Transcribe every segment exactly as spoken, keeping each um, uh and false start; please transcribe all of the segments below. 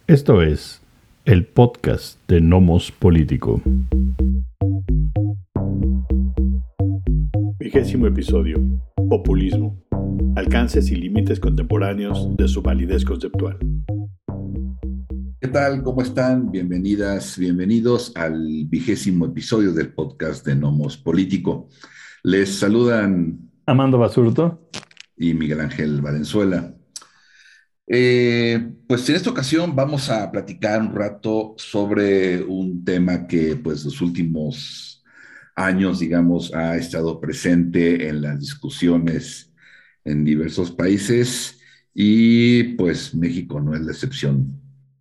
Esto es el podcast de Nomos Político. Vigésimo episodio. Populismo. Alcances y límites contemporáneos de su validez conceptual. ¿Qué tal? ¿Cómo están? Bienvenidas, bienvenidos al vigésimo episodio del podcast de Nomos Político. Les saludan Amando Basurto y Miguel Ángel Valenzuela. Eh, pues en esta ocasión vamos a platicar un rato sobre un tema que pues los últimos años, digamos, ha estado presente en las discusiones en diversos países y pues México no es la excepción.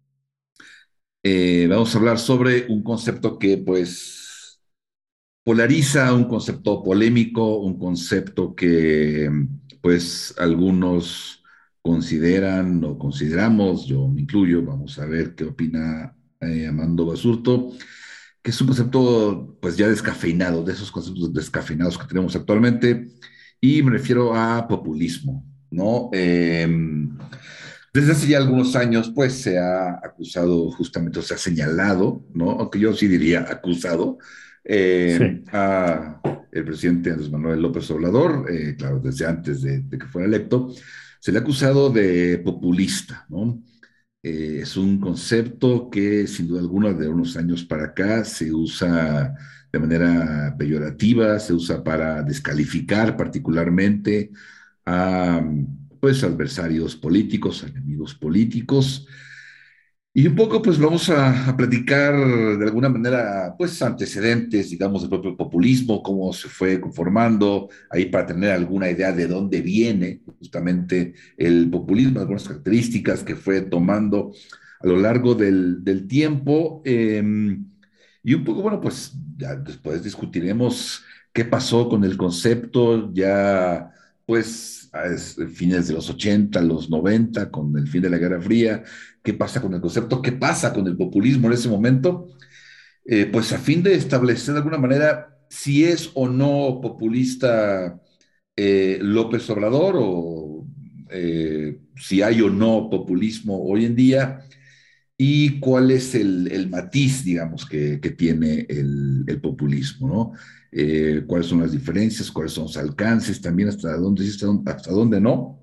Eh, vamos a hablar sobre un concepto que pues polariza, un concepto polémico, un concepto que pues algunos consideran o consideramos, yo me incluyo, vamos a ver qué opina eh, Amando Basurto, que es un concepto pues ya descafeinado, de esos conceptos descafeinados que tenemos actualmente, y me refiero a populismo, ¿no? Eh, desde hace ya algunos años, pues se ha acusado, justamente, o se ha señalado, ¿no? Aunque yo sí diría acusado, eh, Sí. a el presidente Andrés Manuel López Obrador, eh, claro, desde antes de, de que fuera electo, se le ha acusado de populista, ¿no? Eh, es un concepto que sin duda alguna de unos años para acá se usa de manera peyorativa, se usa para descalificar particularmente a pues adversarios políticos, a enemigos políticos. Y un poco pues vamos a, a platicar de alguna manera pues antecedentes, digamos, del propio populismo, cómo se fue conformando, ahí para tener alguna idea de dónde viene justamente el populismo, algunas características que fue tomando a lo largo del, del tiempo. Eh, y un poco, bueno, pues ya después discutiremos qué pasó con el concepto, ya pues a fines de los ochenta, los noventa, con el fin de la Guerra Fría, qué pasa con el concepto, qué pasa con el populismo en ese momento, eh, pues a fin de establecer de alguna manera si es o no populista eh, López Obrador o eh, si hay o no populismo hoy en día y cuál es el, el matiz, digamos, que, que tiene el, el, populismo, ¿no? Eh, cuáles son las diferencias, cuáles son los alcances, también hasta dónde sí, hasta dónde, hasta dónde no,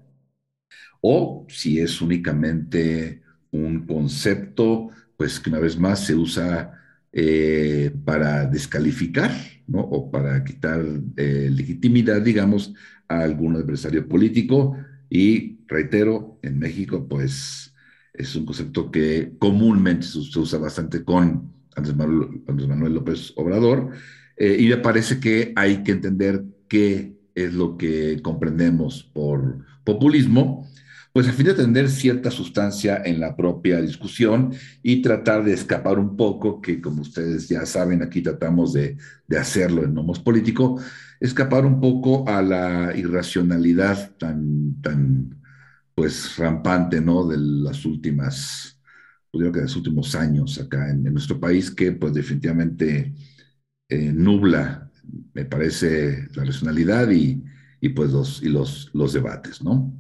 o si es únicamente un concepto, pues que una vez más se usa eh, para descalificar, ¿no? O para quitar eh, legitimidad, digamos, a algún adversario político. Y reitero, en México, pues es un concepto que comúnmente se, se usa bastante con Andrés Manuel, Andrés Manuel López Obrador, eh, y me parece que hay que entender qué es lo que comprendemos por populismo, pues a fin de tener cierta sustancia en la propia discusión y tratar de escapar un poco, que como ustedes ya saben, aquí tratamos de, de hacerlo en Nomos Político, escapar un poco a la irracionalidad tan, tan pues rampante, ¿no? De las últimas, pues creo que de los últimos años acá en, en nuestro país, que pues definitivamente eh, nubla, me parece, la racionalidad y, y pues los, y los, los debates, ¿no?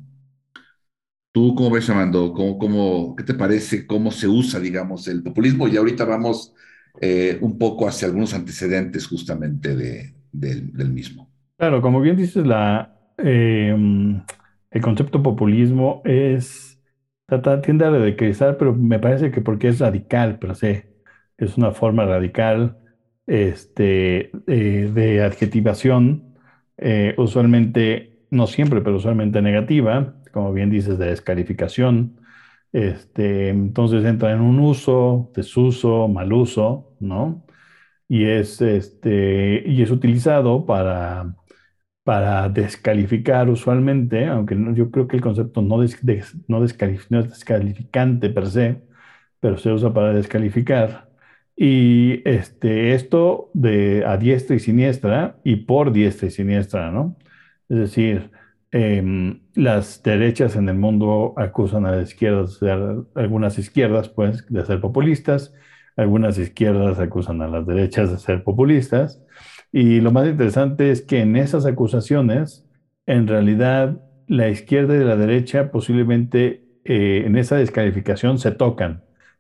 ¿Tú cómo ves, Armando? ¿Cómo, cómo, qué te parece? ¿Cómo se usa, digamos, el populismo? Y ahorita vamos eh, un poco hacia algunos antecedentes justamente de, del, del mismo. Claro, como bien dices, la, eh, el concepto populismo es, trata, tiende a radicalizar, pero me parece que porque es radical per se, es una forma radical este, eh, de adjetivación, eh, usualmente, no siempre, pero usualmente negativa, como bien dices, de descalificación. Este, entonces entra en un uso, desuso, mal uso, ¿no? Y es, este, y es utilizado para para descalificar usualmente, aunque no- yo creo que el concepto no, des- des- no, descalif- no es descalificante per se, pero se usa para descalificar. Y este, esto de a diestra y siniestra y por diestra y siniestra, ¿no? Es decir, em, las derechas en el mundo acusan a las izquierdas, de ser- algunas izquierdas, pues, de ser populistas, algunas izquierdas acusan a las derechas de ser populistas. Y lo más interesante es que en esas acusaciones, en realidad, la izquierda y la derecha posiblemente eh, en esa descalificación se tocan,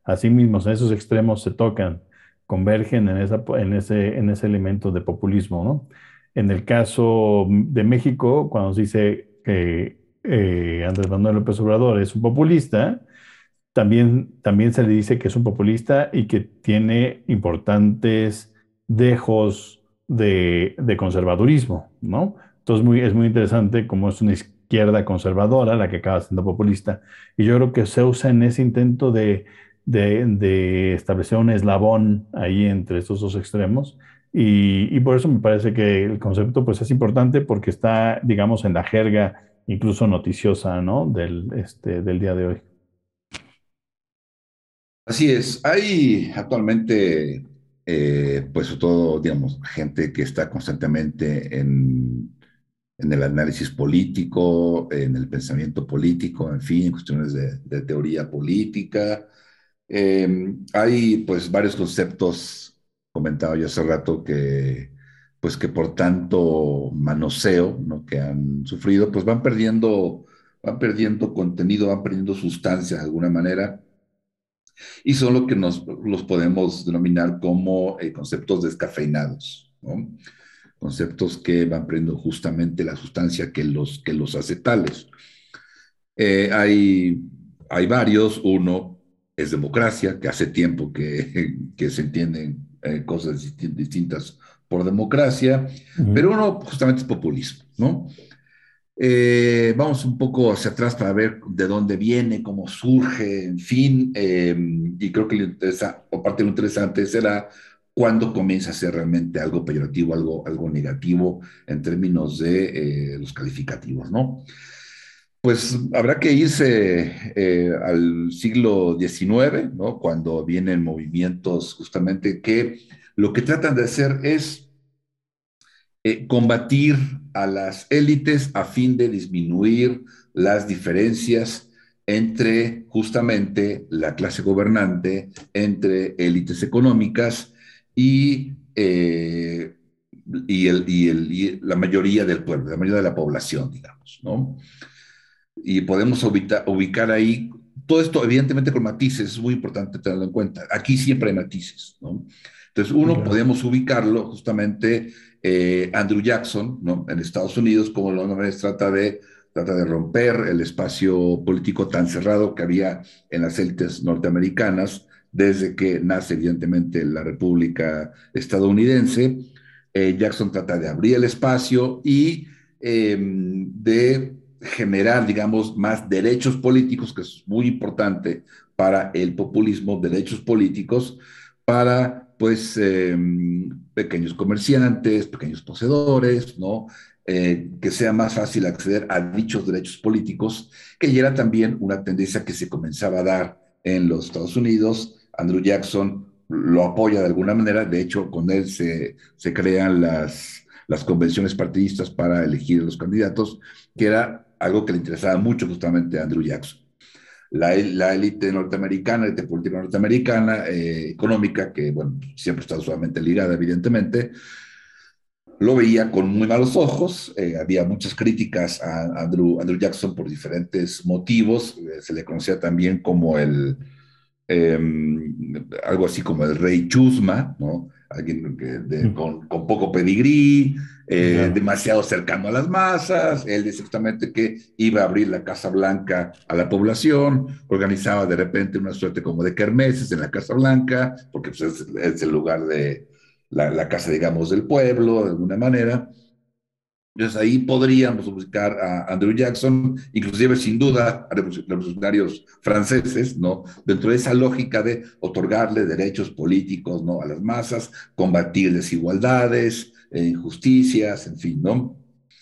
Así mismos, esos extremos se tocan, convergen en esa, en ese, en ese elemento de populismo, ¿no? En el caso de México, cuando se dice que eh, Andrés Manuel López Obrador es un populista, también, también se le dice que es un populista y que tiene importantes dejos de, de conservadurismo, ¿no? Entonces muy, es muy interesante cómo es una izquierda conservadora la que acaba siendo populista. Y yo creo que se usa en ese intento de, de, de establecer un eslabón ahí entre estos dos extremos. Y, y por eso me parece que el concepto pues, es importante porque está, digamos, en la jerga incluso noticiosa, ¿no? Del, este, del día de hoy. Así es, hay actualmente, eh, pues sobre todo, digamos, gente que está constantemente en, en el análisis político, en el pensamiento político, en fin, en cuestiones de, de teoría política. Eh, hay pues varios conceptos, comentaba yo hace rato, que pues que por tanto manoseo, ¿no? Que han sufrido, pues van perdiendo, van perdiendo contenido, van perdiendo sustancia de alguna manera y son lo que nos los podemos denominar como eh, conceptos descafeinados, ¿no? Conceptos que van perdiendo justamente la sustancia que los, que los hace tales. Eh, hay, hay varios, uno es democracia, que hace tiempo que, que se entienden eh, cosas disti- distintas por democracia, pero Ujú. uno justamente es populismo, ¿no? Eh, vamos un poco hacia atrás para ver de dónde viene, cómo surge, en fin, eh, y creo que lo interesa, o parte de lo interesante será cuándo comienza a ser realmente algo peyorativo, algo, algo negativo en términos de eh, los calificativos, ¿no? Pues habrá que irse eh, al siglo diecinueve, ¿no? Cuando vienen movimientos justamente que lo que tratan de hacer es eh, combatir a las élites a fin de disminuir las diferencias entre justamente la clase gobernante, entre élites económicas y, eh, y, el, y, el, y, la mayoría del pueblo, la mayoría de la población, digamos, ¿no? Y podemos ubicar, ubicar ahí todo esto, evidentemente con matices, es muy importante tenerlo en cuenta. Aquí siempre hay matices, ¿no? Entonces, Sí, uno claro. podemos ubicarlo justamente eh, Andrew Jackson, ¿no? En Estados Unidos, como lo vez trata de, trata de romper el espacio político tan cerrado que había en las élites norteamericanas desde que nace, evidentemente, la República estadounidense. Eh, Jackson trata de abrir el espacio y eh, de generar, digamos, más derechos políticos, que es muy importante para el populismo, derechos políticos para, pues, eh, pequeños comerciantes, pequeños poseedores, ¿no? Eh, que sea más fácil acceder a dichos derechos políticos, que ya era también una tendencia que se comenzaba a dar en los Estados Unidos. Andrew Jackson lo apoya de alguna manera, de hecho, con él se, se crean las, las convenciones partidistas para elegir a los candidatos, que era algo que le interesaba mucho justamente a Andrew Jackson. La, la élite norteamericana, la élite política norteamericana, eh, económica, que bueno, siempre está solamente ligada, evidentemente, lo veía con muy malos ojos. Eh, había muchas críticas a Andrew, Andrew Jackson por diferentes motivos. Eh, se le conocía también como el, eh, algo así como el rey Chusma, ¿no? Alguien que de, Mm, con, con, poco pedigrí, eh, claro. demasiado cercano a las masas. Él dice justamente que iba a abrir la Casa Blanca a la población, organizaba de repente una suerte como de kermeses en la Casa Blanca, porque pues, es, es el lugar de la, la casa, digamos, del pueblo, de alguna manera. Entonces ahí podríamos buscar a Andrew Jackson, inclusive sin duda a revolucionarios franceses, ¿no? Dentro de esa lógica de otorgarle derechos políticos, ¿no? A las masas, combatir desigualdades, eh, injusticias, en fin, ¿no?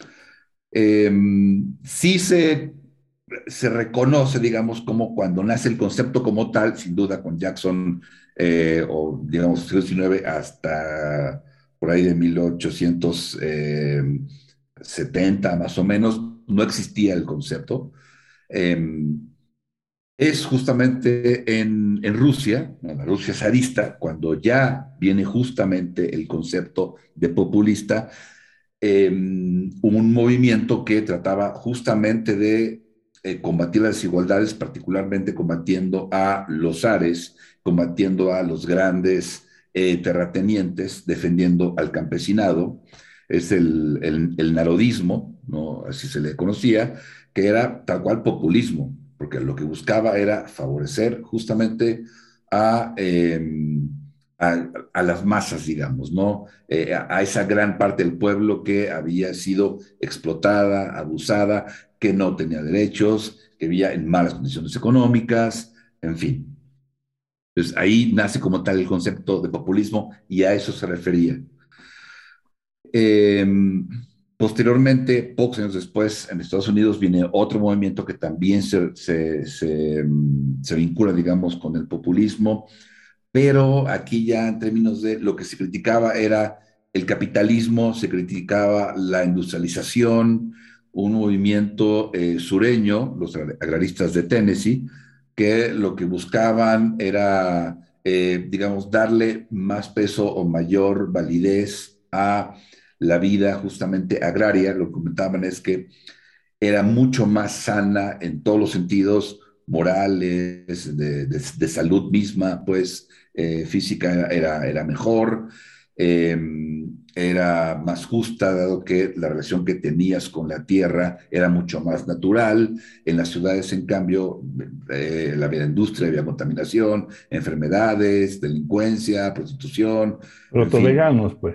Eh, sí se, se reconoce, digamos, como cuando nace el concepto como tal, sin duda con Jackson, eh, o digamos, siglo diecinueve hasta por ahí de mil ochocientos setenta más o menos, no existía el concepto. Eh, es justamente en, en Rusia, en la Rusia zarista, cuando ya viene justamente el concepto de populista, eh, un movimiento que trataba justamente de eh, combatir las desigualdades, particularmente combatiendo a los ares, combatiendo a los grandes eh, terratenientes, defendiendo al campesinado. Es el, el, el narodismo, ¿no? Así se le conocía, que era tal cual populismo, porque lo que buscaba era favorecer justamente a, eh, a, a, las masas, digamos, ¿no? Eh, a, a esa gran parte del pueblo que había sido explotada, abusada, que no tenía derechos, que vivía en malas condiciones económicas, en fin. Entonces ahí nace como tal el concepto de populismo y a eso se refería. Eh, Posteriormente, pocos años después, en Estados Unidos viene otro movimiento que también se, se, se, se vincula, digamos, con el populismo, pero aquí ya en términos de lo que se criticaba era el capitalismo, se criticaba la industrialización, un movimiento eh, sureño, los agraristas de Tennessee, que lo que buscaban era, eh, digamos, darle más peso o mayor validez a la vida justamente agraria. Lo que comentaban es que era mucho más sana en todos los sentidos, morales, de, de, de salud misma, pues eh, física era, era mejor, eh, era más justa, dado que la relación que tenías con la tierra era mucho más natural. En las ciudades, en cambio, eh, había industria, había contaminación, enfermedades, delincuencia, prostitución, en fin, Protoveganos, pues.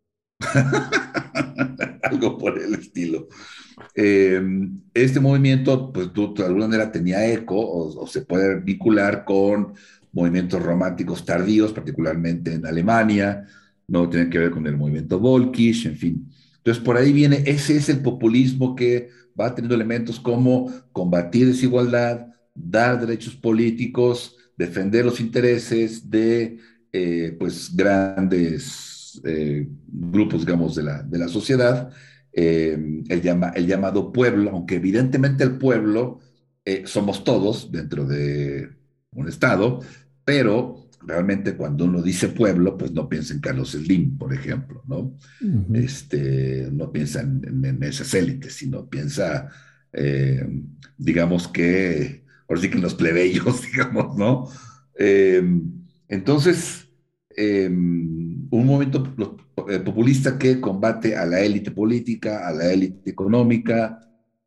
algo por el estilo. Eh, este movimiento, pues tú, de alguna manera tenía eco o, o, se puede vincular con movimientos románticos tardíos, particularmente en Alemania, no tiene que ver con el movimiento Volkisch, en fin. Entonces, por ahí viene, ese es el populismo que va teniendo elementos como combatir desigualdad, dar derechos políticos, defender los intereses de, eh, pues, grandes eh, grupos, digamos, de la, de la sociedad, eh, el, llama, el, llamado pueblo, aunque evidentemente el pueblo eh, somos todos dentro de un estado, pero realmente cuando uno dice pueblo, pues no piensa en Carlos Slim, por ejemplo, ¿no? Ujú. Este, no piensa en, en, en esas élites, sino piensa, eh, digamos que, ahora sí que en los plebeyos, digamos, ¿no? Eh, entonces, eh, un movimiento populista que combate a la élite política, a la élite económica,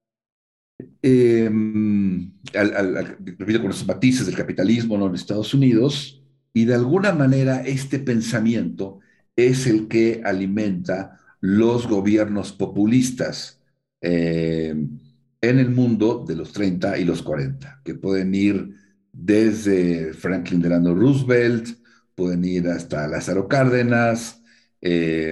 eh, al, al, al, repito, con los matices del capitalismo, ¿no? En Estados Unidos, y de alguna manera este pensamiento es el que alimenta los gobiernos populistas eh, en el mundo de los treinta y los cuarenta, que pueden ir desde Franklin Delano Roosevelt, pueden ir hasta Lázaro Cárdenas, eh,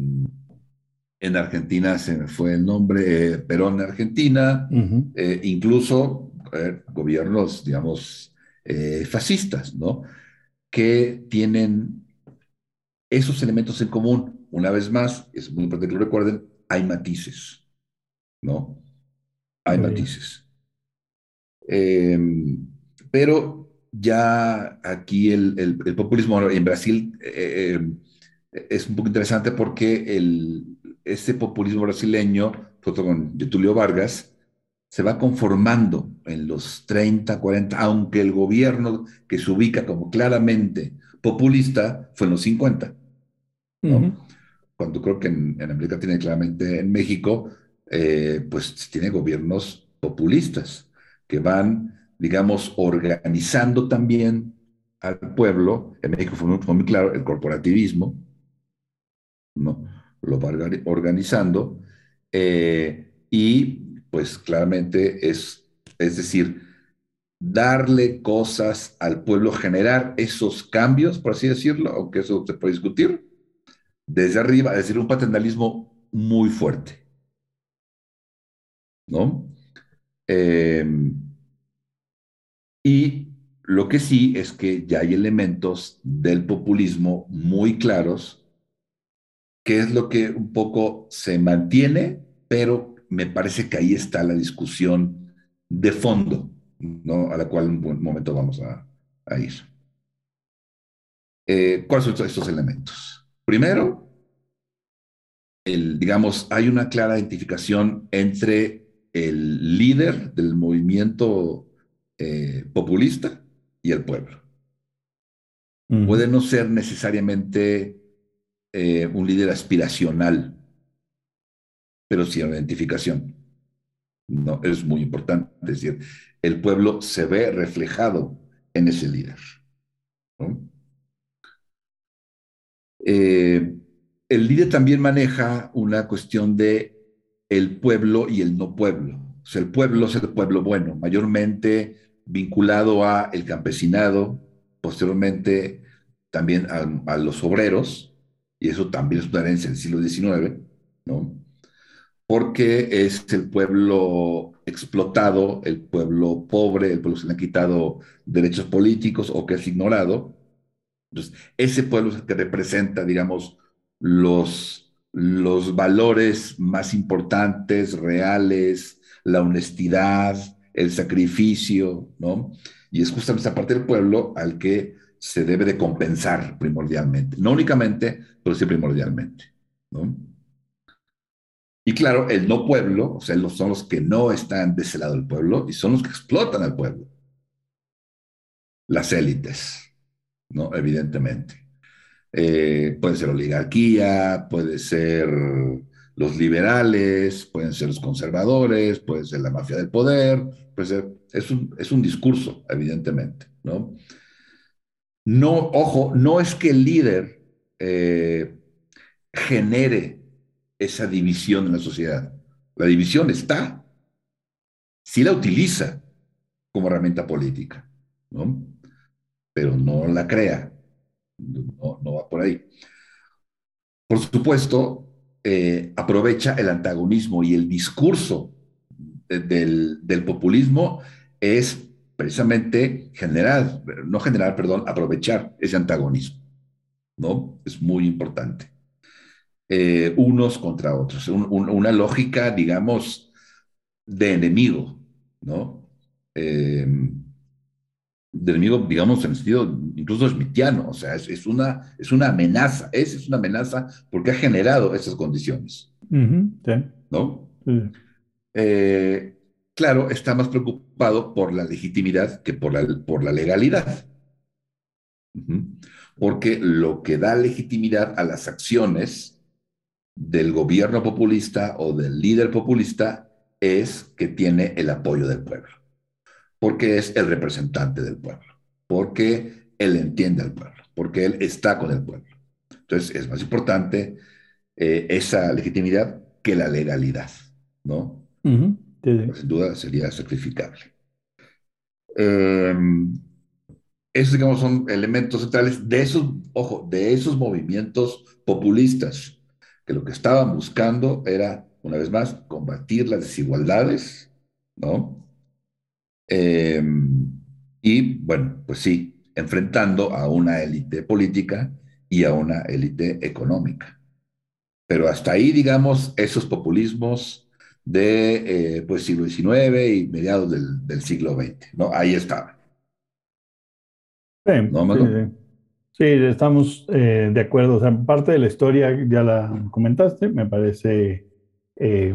en Argentina se me fue el nombre, eh, Perón en Argentina, Ujú. eh, incluso eh, gobiernos, digamos, eh, fascistas, ¿no? Que tienen esos elementos en común. Una vez más, es muy importante que lo recuerden, hay matices, ¿no? Hay Muy bien. matices. Eh, pero ya aquí el, el, el populismo en Brasil eh, eh, es un poco interesante porque el, este populismo brasileño, junto con Getúlio Vargas, se va conformando en los treinta, cuarenta, aunque el gobierno que se ubica como claramente populista fue en los cincuenta, Ujú. ¿no? Cuando creo que en, en América Latina, claramente en México, eh, pues tiene gobiernos populistas que van, digamos, organizando también al pueblo. En México fue muy, fue muy claro el corporativismo, ¿no? Lo va organizando eh, y pues claramente es, es decir, darle cosas al pueblo, generar esos cambios, por así decirlo, aunque eso se puede discutir, desde arriba, es decir, un paternalismo muy fuerte, ¿no? Eh, y lo que sí es que ya hay elementos del populismo muy claros, que es lo que un poco se mantiene, pero me parece que ahí está la discusión de fondo, ¿no? A la cual en un buen momento vamos a, a ir. Eh, ¿Cuáles son estos elementos? Primero, el, digamos, hay una clara identificación entre el líder del movimiento eh, populista y el pueblo. Ujú, Puede no ser necesariamente eh, un líder aspiracional, pero sí una identificación. No, es muy importante. Es decir, el pueblo se ve reflejado en ese líder, ¿no? Eh, el líder también maneja una cuestión de el pueblo y el no pueblo. O sea, el pueblo es el pueblo bueno, mayormente vinculado a el campesinado, posteriormente también a, a los obreros, y eso también es una herencia del siglo diecinueve, ¿no? Porque es el pueblo explotado, el pueblo pobre, el pueblo que se le han quitado derechos políticos o que es ignorado. Entonces, ese pueblo es el que representa, digamos, los, los valores más importantes, reales, la honestidad, el sacrificio, ¿no? Y es justamente esa parte del pueblo al que se debe de compensar primordialmente. No únicamente, pero sí primordialmente, ¿no? Y claro, el no pueblo, o sea, los, son los que no están de ese lado del pueblo y son los que explotan al pueblo, las élites, ¿no? Evidentemente. Eh, puede ser oligarquía, puede ser los liberales, pueden ser los conservadores, puede ser la mafia del poder, puede ser, es un, es un discurso, evidentemente, ¿no? No, ojo, no es que el líder eh, genere esa división en la sociedad. La división está, sí la utiliza como herramienta política, ¿no? Pero no la crea, no, no va por ahí. Por supuesto, eh, aprovecha el antagonismo y el discurso de- del, del populismo es precisamente generar, no generar, perdón, aprovechar ese antagonismo, ¿no? Es muy importante. Eh, unos contra otros, un- un- una lógica, digamos, de enemigo, ¿no? Eh, de enemigo, digamos, en el sentido incluso schmittiano, o sea, es, es una, es una amenaza, es, es una amenaza porque ha generado esas condiciones, ujú, sí, ¿no? sí. Eh, claro, está más preocupado por la legitimidad que por la, por la legalidad. Uh-huh. Porque lo que da legitimidad a las acciones del gobierno populista o del líder populista es que tiene el apoyo del pueblo, porque es el representante del pueblo, porque él entiende al pueblo, porque él está con el pueblo. Entonces es más importante eh, esa legitimidad que la legalidad, ¿no? Ujú, sí, sí. Sin duda sería sacrificable. Eh, esos, digamos, son elementos centrales de esos, ojo, de esos movimientos populistas, que lo que estaban buscando era, una vez más, combatir las desigualdades, ¿no? Eh, y, bueno, pues sí, enfrentando a una élite política y a una élite económica. Pero hasta ahí, digamos, esos populismos de, eh, pues, siglo diecinueve y mediados del, del siglo veinte, ¿no? Ahí estaba, Sí, ¿no, sí, Amado? sí. Sí, estamos eh, de acuerdo. O sea, parte de la historia ya la comentaste, me parece eh,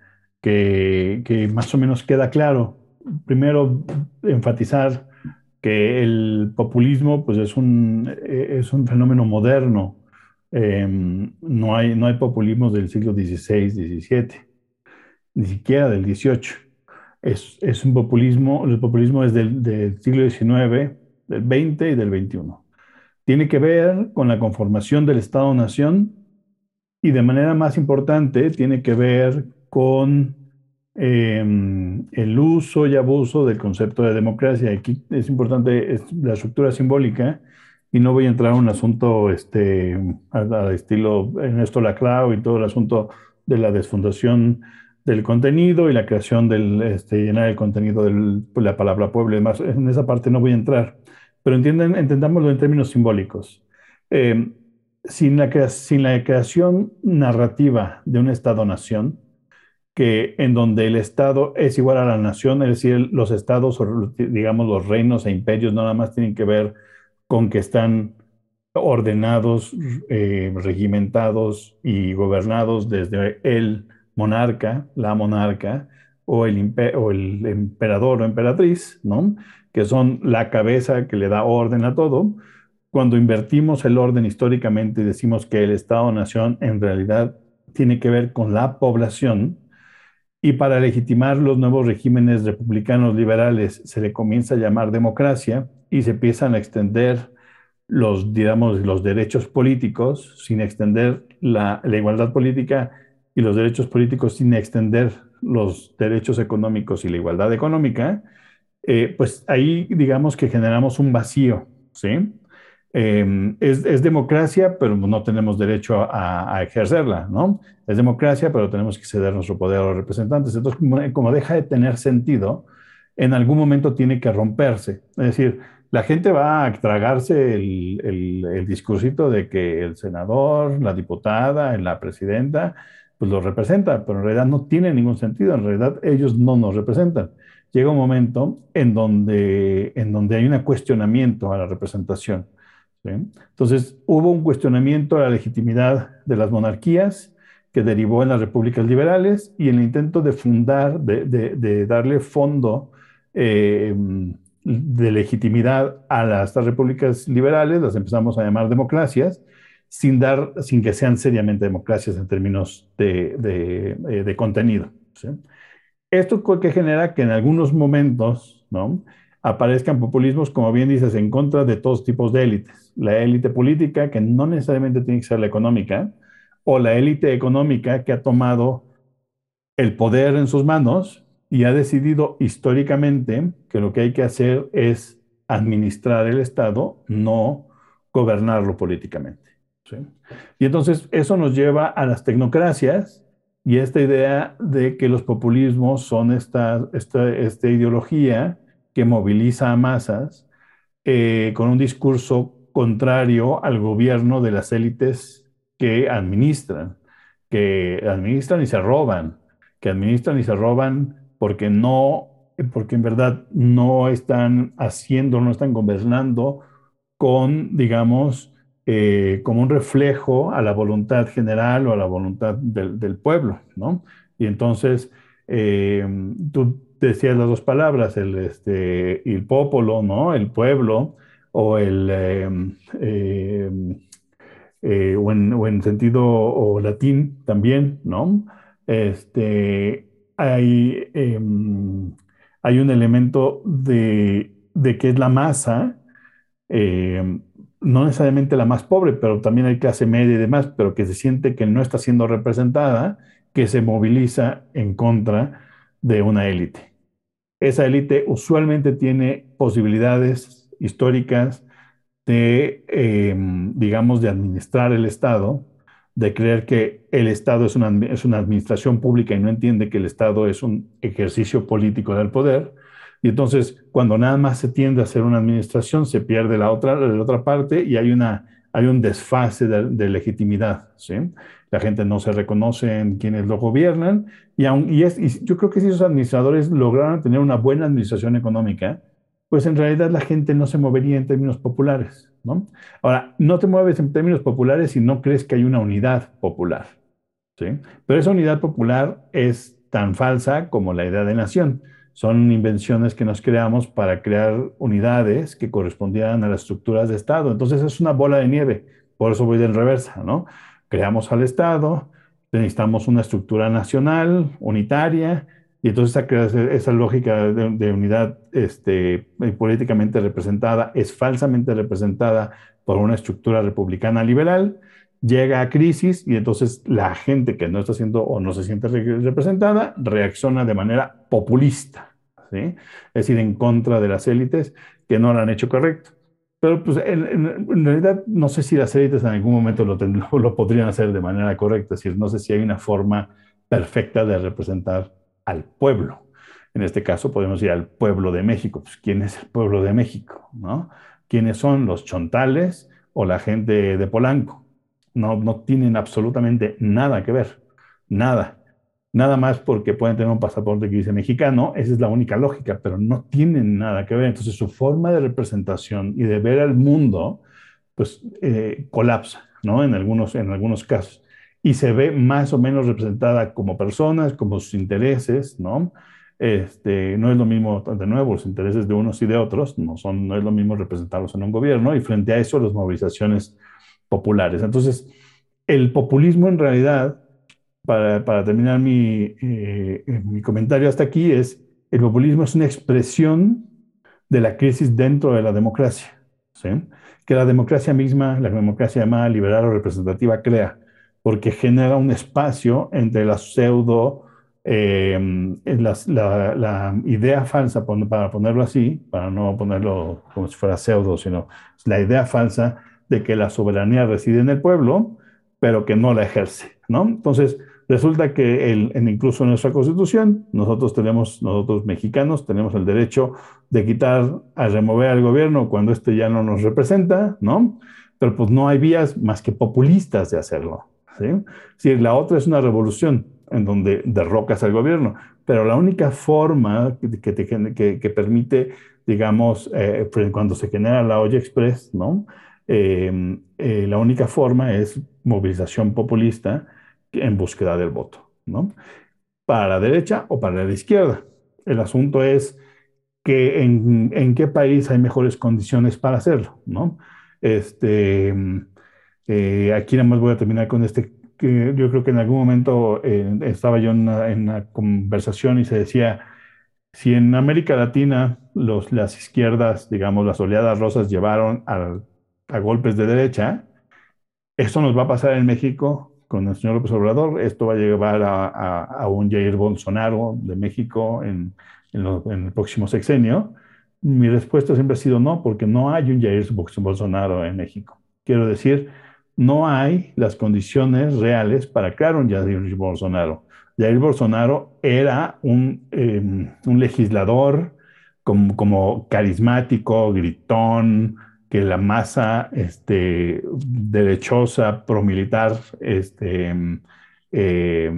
que, que más o menos queda claro. Primero, enfatizar que el populismo pues, es un, eh, es un fenómeno moderno. Eh, no hay, no hay populismos del siglo dieciséis, diecisiete, ni siquiera del dieciocho. Es, es un populismo, el populismo es del, del siglo diecinueve, del veinte y del veintiuno. Tiene que ver con la conformación del Estado-Nación y de manera más importante tiene que ver con eh, el uso y abuso del concepto de democracia. Aquí es importante es la estructura simbólica y no voy a entrar en un asunto este, al, al estilo Ernesto Laclau y todo el asunto de la desfundación del contenido y la creación del, este, llenar el contenido de la palabra pueblo y demás. En esa parte no voy a entrar, pero entienden, entendámoslo en términos simbólicos. Eh, sin la, crea- sin la creación narrativa de un Estado-nación, que en donde el Estado es igual a la nación, es decir, los estados, o digamos los reinos e imperios, no nada más tienen que ver con que están ordenados, eh, regimentados y gobernados desde el monarca, la monarca, o el, impe- o el emperador o emperatriz, ¿no? Que son la cabeza que le da orden a todo. Cuando invertimos el orden históricamente y decimos que el Estado-nación en realidad tiene que ver con la población, y para legitimar los nuevos regímenes republicanos liberales se le comienza a llamar democracia y se empiezan a extender los, digamos, los derechos políticos sin extender la, la igualdad política y los derechos políticos sin extender los derechos económicos y la igualdad económica, eh, pues ahí digamos que generamos un vacío, ¿sí? Eh, es, es democracia, pero no tenemos derecho a, a ejercerla, ¿no? Es democracia, pero tenemos que ceder nuestro poder a los representantes. Entonces, como, como deja de tener sentido, en algún momento tiene que romperse. Es decir, la gente va a tragarse el, el, el discursito de que el senador, la diputada, la presidenta, pues lo representa, pero en realidad no tiene ningún sentido. En realidad ellos no nos representan. Llega un momento en donde, en donde hay un cuestionamiento a la representación. ¿Sí? Entonces, hubo un cuestionamiento a la legitimidad de las monarquías que derivó en las repúblicas liberales y el intento de fundar, de, de, de darle fondo eh, de legitimidad a las, estas repúblicas liberales, las empezamos a llamar democracias, sin, dar, sin que sean seriamente democracias en términos de, de, eh, de contenido. ¿Sí? Esto que genera que en algunos momentos, ¿no? Aparezcan populismos, como bien dices, en contra de todos tipos de élites. La élite política, que no necesariamente tiene que ser la económica, o la élite económica que ha tomado el poder en sus manos y ha decidido históricamente que lo que hay que hacer es administrar el Estado, no gobernarlo políticamente. ¿Sí? Y entonces eso nos lleva a las tecnocracias y esta idea de que los populismos son esta, esta, esta ideología que moviliza a masas eh, con un discurso contrario al gobierno de las élites que administran, que administran y se roban, que administran y se roban porque no, porque en verdad no están haciendo, no están gobernando con, digamos, eh, como un reflejo a la voluntad general o a la voluntad del, del pueblo, ¿no? Y entonces, eh, tú decías las dos palabras, el, este, el popolo, ¿no? El pueblo, o el, eh, eh, eh, o, en, o en sentido o latín también, ¿no? Este, hay, eh, hay un elemento de, de que es la masa, eh, no necesariamente la más pobre, pero también hay clase media y demás, pero que se siente que no está siendo representada, que se moviliza en contra de una élite. Esa élite usualmente tiene posibilidades históricas de, eh, digamos, de administrar el Estado, de creer que el Estado es una, es una administración pública y no entiende que el Estado es un ejercicio político del poder. Y entonces, cuando nada más se tiende a hacer una administración, se pierde la otra, la otra parte y hay, una, hay un desfase de, de legitimidad. ¿Sí? La gente no se reconoce en quienes lo gobiernan y, aun, y, es, y yo creo que si esos administradores lograran tener una buena administración económica, pues en realidad la gente no se movería en términos populares, ¿no? Ahora, no te mueves en términos populares si no crees que hay una unidad popular, ¿sí? Pero esa unidad popular es tan falsa como la idea de nación. Son invenciones que nos creamos para crear unidades que correspondieran a las estructuras de Estado. Entonces es una bola de nieve. Por eso voy de reversa, ¿no? Creamos al Estado, necesitamos una estructura nacional, unitaria, y entonces esa, esa lógica de, de unidad este, políticamente representada es falsamente representada por una estructura republicana liberal, llega a crisis y entonces la gente que no está siendo o no se siente re representada reacciona de manera populista, ¿sí? Es decir, en contra de las élites que no lo han hecho correcto. Pero pues en, en, en realidad no sé si las élites en algún momento lo, lo, lo podrían hacer de manera correcta, es decir, no sé si hay una forma perfecta de representar al pueblo. En este caso podemos ir al pueblo de México. Pues, ¿quién es el pueblo de México? ¿No? ¿Quiénes son los chontales o la gente de Polanco? No, no tienen absolutamente nada que ver. Nada. Nada más porque pueden tener un pasaporte que dice mexicano, esa es la única lógica, pero no tienen nada que ver. Entonces su forma de representación y de ver al mundo, pues eh, colapsa, ¿no? En algunos, en algunos casos. Y se ve más o menos representada como personas, como sus intereses, ¿no? Este, no es lo mismo, de nuevo, los intereses de unos y de otros, no son, no es lo mismo representarlos en un gobierno y frente a eso las movilizaciones populares. Entonces, el populismo en realidad, para, para terminar mi, eh, mi comentario hasta aquí, es el populismo es una expresión de la crisis dentro de la democracia, ¿sí? Que la democracia misma, la democracia llamada liberal o representativa, crea, porque genera un espacio entre la pseudo, eh, las- la, la idea falsa, pon- para ponerlo así, para no ponerlo como si fuera pseudo, sino la idea falsa de que la soberanía reside en el pueblo, pero que no la ejerce, ¿no? Entonces, resulta que el, en, incluso en nuestra constitución, nosotros tenemos, nosotros mexicanos, tenemos el derecho de quitar, a remover al gobierno cuando este ya no nos representa, ¿no? Pero pues no hay vías más que populistas de hacerlo, ¿sí? Si la otra es una revolución en donde derrocas al gobierno, pero la única forma que, que, te, que, que permite, digamos, eh, cuando se genera la olla express, ¿no? Eh, eh, la única forma es movilización populista en búsqueda del voto, ¿no? Para la derecha o para la izquierda. El asunto es que en, en qué país hay mejores condiciones para hacerlo, ¿no? Este, eh, aquí nada más voy a terminar con este, que yo creo que en algún momento eh, estaba yo en una, en una conversación y se decía, si en América Latina los, las izquierdas, digamos, las oleadas rosas llevaron a, a golpes de derecha, esto nos va a pasar en México con el señor López Obrador. Esto va a llevar a, a, a un Jair Bolsonaro de México en, en, lo, en, el próximo sexenio. Mi respuesta siempre ha sido no, porque no hay un Jair Bolsonaro en México. Quiero decir, no hay las condiciones reales para crear un Jair Bolsonaro. Jair Bolsonaro era un, eh, un legislador como, como carismático, gritón, que la masa este, derechosa, promilitar, este, eh,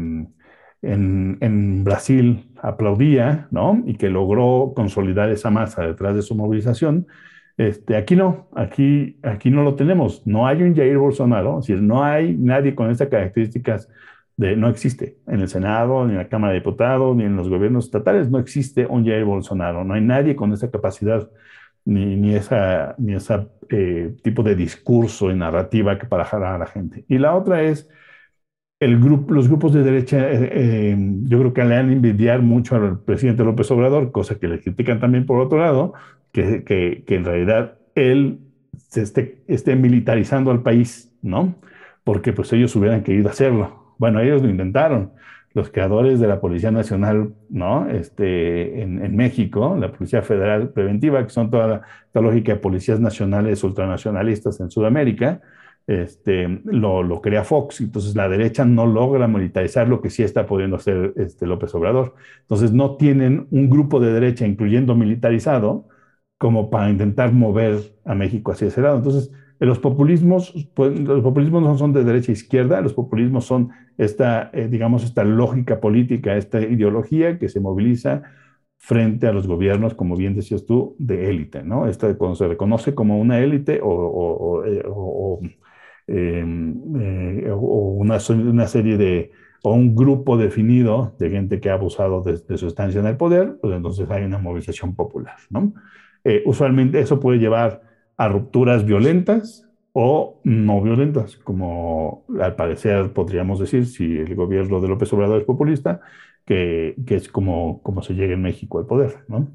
en, en, Brasil aplaudía, ¿no? Y que logró consolidar esa masa detrás de su movilización. Este, aquí no, aquí, aquí no lo tenemos. No hay un Jair Bolsonaro, es decir, no hay nadie con estas características de, no existe en el Senado, ni en la Cámara de Diputados, ni en los gobiernos estatales, no existe un Jair Bolsonaro, no hay nadie con esa capacidad ni, ni esa, ni esa eh, tipo de discurso y narrativa que para jalar a la gente. Y la otra es el grupo, los grupos de derecha, eh, eh, yo creo que le han envidiar mucho al presidente López Obrador, cosa que le critican también por otro lado, que, que, que en realidad él se esté, esté militarizando al país, ¿no? Porque pues ellos hubieran querido hacerlo. Bueno, ellos lo intentaron. Los creadores de la Policía Nacional, ¿no? Este, en, en México, la Policía Federal Preventiva, que son toda la, toda lógica de policías nacionales ultranacionalistas en Sudamérica, este, lo, lo crea Fox. Entonces la derecha no logra militarizar lo que sí está pudiendo hacer este, López Obrador. Entonces no tienen un grupo de derecha, incluyendo militarizado, como para intentar mover a México hacia ese lado. Entonces, los populismos, pues, los populismos no son de derecha e izquierda, los populismos son esta, eh, digamos, esta lógica política, esta ideología que se moviliza frente a los gobiernos, como bien decías tú, de élite, ¿no? Esta, cuando se reconoce como una élite o, o, o, eh, o eh, eh, o una, una, serie de, o un grupo definido de gente que ha abusado de, de su estancia en el poder, pues entonces hay una movilización popular, ¿no? Eh, usualmente eso puede llevar a rupturas violentas o no violentas, como al parecer podríamos decir si el gobierno de López Obrador es populista, que, que es como, como se llega en México al poder, ¿no?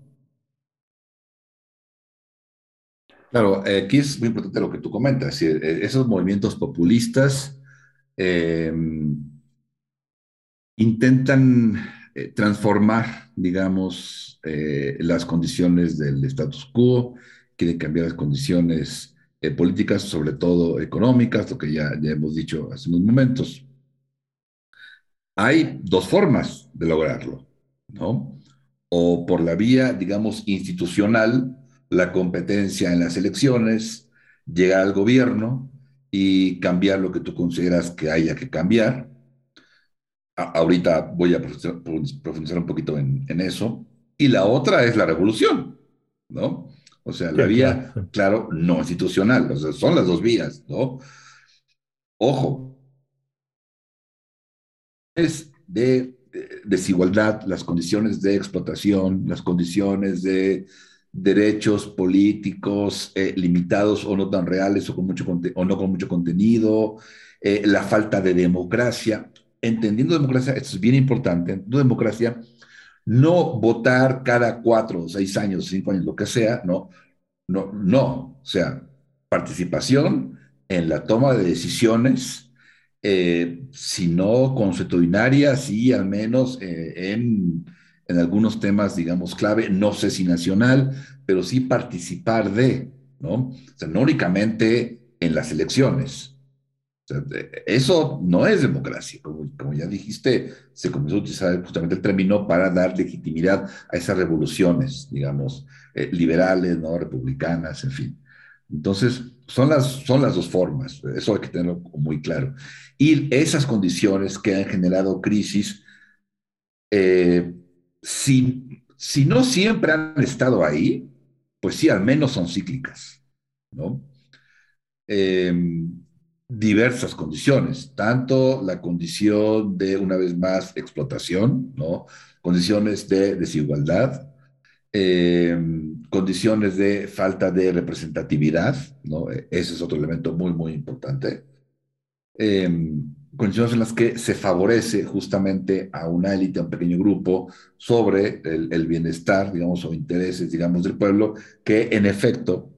Claro, eh, aquí es muy importante lo que tú comentas, es decir, eh, esos movimientos populistas eh, intentan eh, transformar, digamos, eh, las condiciones del status quo, quieren cambiar las condiciones eh, políticas, sobre todo económicas, lo que ya, ya hemos dicho hace unos momentos. Hay dos formas de lograrlo, ¿no? O por la vía, digamos, institucional, la competencia en las elecciones, llegar al gobierno y cambiar lo que tú consideras que haya que cambiar. A- ahorita voy a profundizar, profundizar un poquito en, en eso. Y la otra es la revolución, ¿no? O sea, la Sí, claro. vía, Sí. claro, no institucional, o sea, son las dos vías, ¿no? Ojo, es de desigualdad, las condiciones de explotación, las condiciones de derechos políticos eh, limitados o no tan reales o, con mucho o no con mucho contenido, eh, la falta de democracia. Entendiendo democracia, esto es bien importante, entendiendo democracia, no votar cada cuatro, seis años, cinco años, lo que sea, no, no, no, o sea, participación en la toma de decisiones, eh, si no consuetudinarias, sí al menos eh, en, en algunos temas, digamos, clave, no sé si nacional, pero sí participar de, ¿no? O sea, no únicamente en las elecciones. O sea, eso no es democracia, como, como ya dijiste, se comenzó a utilizar justamente el término para dar legitimidad a esas revoluciones, digamos, eh, liberales, ¿no? Republicanas, en fin. Entonces, son las, son las dos formas, eso hay que tenerlo muy claro. Y esas condiciones que han generado crisis, eh, si, si no siempre han estado ahí, pues sí, al menos son cíclicas, ¿no? eh, diversas condiciones, tanto la condición de, una vez más, explotación, ¿no? Condiciones de desigualdad, eh, condiciones de falta de representatividad, ¿no? Ese es otro elemento muy, muy importante. Eh, condiciones en las que se favorece justamente a una élite, a un pequeño grupo, sobre el, el bienestar, digamos, o intereses, digamos, del pueblo, que en efecto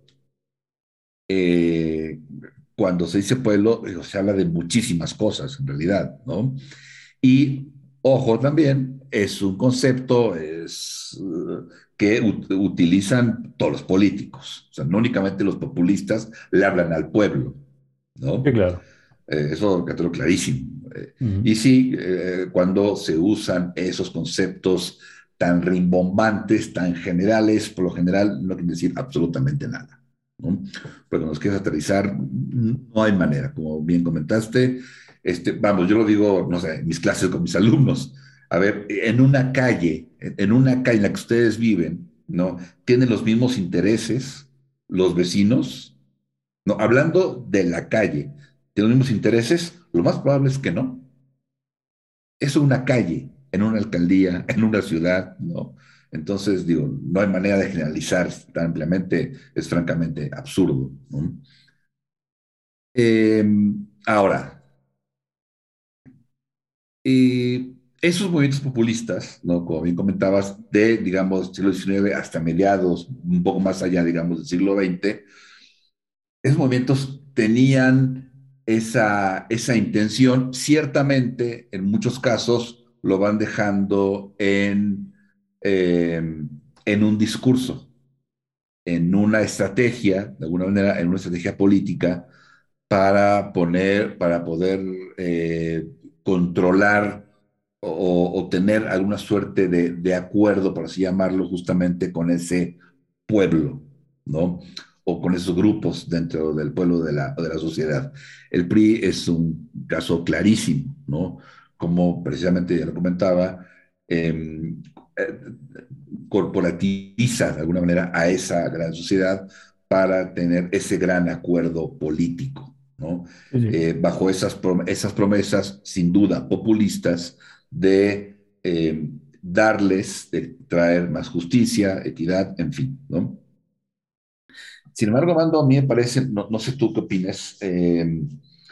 eh, cuando se dice pueblo, eh, se habla de muchísimas cosas en realidad, ¿no? Y ojo también, es un concepto es, uh, que ut utilizan todos los políticos, o sea, no únicamente los populistas le hablan al pueblo, Sí, ¿no? claro. Eh, eso que tengo clarísimo. Eh, Ujú. y sí, eh, cuando se usan esos conceptos tan rimbombantes, tan generales, por lo general no quieren decir absolutamente nada, ¿no? Pero cuando nos quieres aterrizar, no hay manera. Como bien comentaste, este, vamos, yo lo digo, no sé, en mis clases con mis alumnos. A ver, en una calle, en una calle en la que ustedes viven, ¿no? ¿Tienen los mismos intereses los vecinos? No, hablando de la calle, ¿tienen los mismos intereses? Lo más probable es que no. Es una calle, en una alcaldía, en una ciudad, ¿no? Entonces, digo, no hay manera de generalizar tan ampliamente, es francamente absurdo, ¿no? Eh, ahora, eh, esos movimientos populistas, ¿no? Como bien comentabas, de, digamos, siglo diecinueve hasta mediados, un poco más allá, digamos, del siglo veinte, esos movimientos tenían esa, esa intención. Ciertamente, en muchos casos, lo van dejando en, eh, en un discurso, en una estrategia, de alguna manera, en una estrategia política para poner, para poder eh, controlar o, o, tener alguna suerte de, de, acuerdo, por así llamarlo, justamente con ese pueblo, ¿no? O con esos grupos dentro del pueblo de la, de la sociedad. El P R I es un caso clarísimo, ¿no? Como precisamente ya lo comentaba, eh, eh, corporativiza de alguna manera a esa gran sociedad para tener ese gran acuerdo político, ¿no? Sí, sí. Eh, bajo esas, prom esas promesas, sin duda, populistas, de eh, darles, de traer más justicia, equidad, en fin, ¿no? Sin embargo, Mando, a mí me parece, no, no sé tú qué opinas, eh,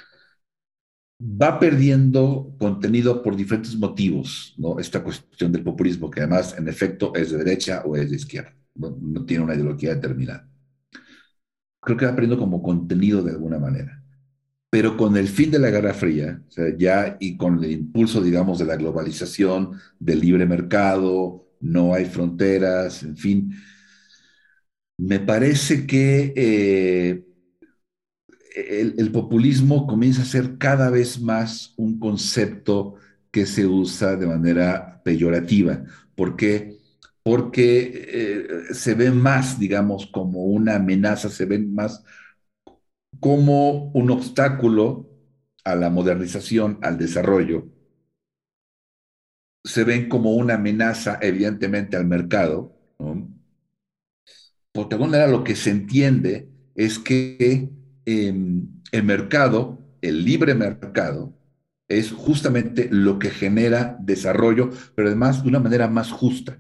va perdiendo contenido por diferentes motivos, ¿no? Esta cuestión del populismo, que además, en efecto, es de derecha o es de izquierda, no, no tiene una ideología determinada. Creo que va perdiendo como contenido de alguna manera. Pero con el fin de la Guerra Fría, o sea, ya y con el impulso, digamos, de la globalización, del libre mercado, no hay fronteras, en fin, me parece que eh, el, el, populismo comienza a ser cada vez más un concepto que se usa de manera peyorativa. ¿Por qué? Porque eh, se ve más, digamos, como una amenaza, se ve más como un obstáculo a la modernización, al desarrollo, se ven como una amenaza evidentemente al mercado, ¿no? Porque de alguna manera lo que se entiende es que eh, el mercado, el libre mercado, es justamente lo que genera desarrollo, pero además de una manera más justa,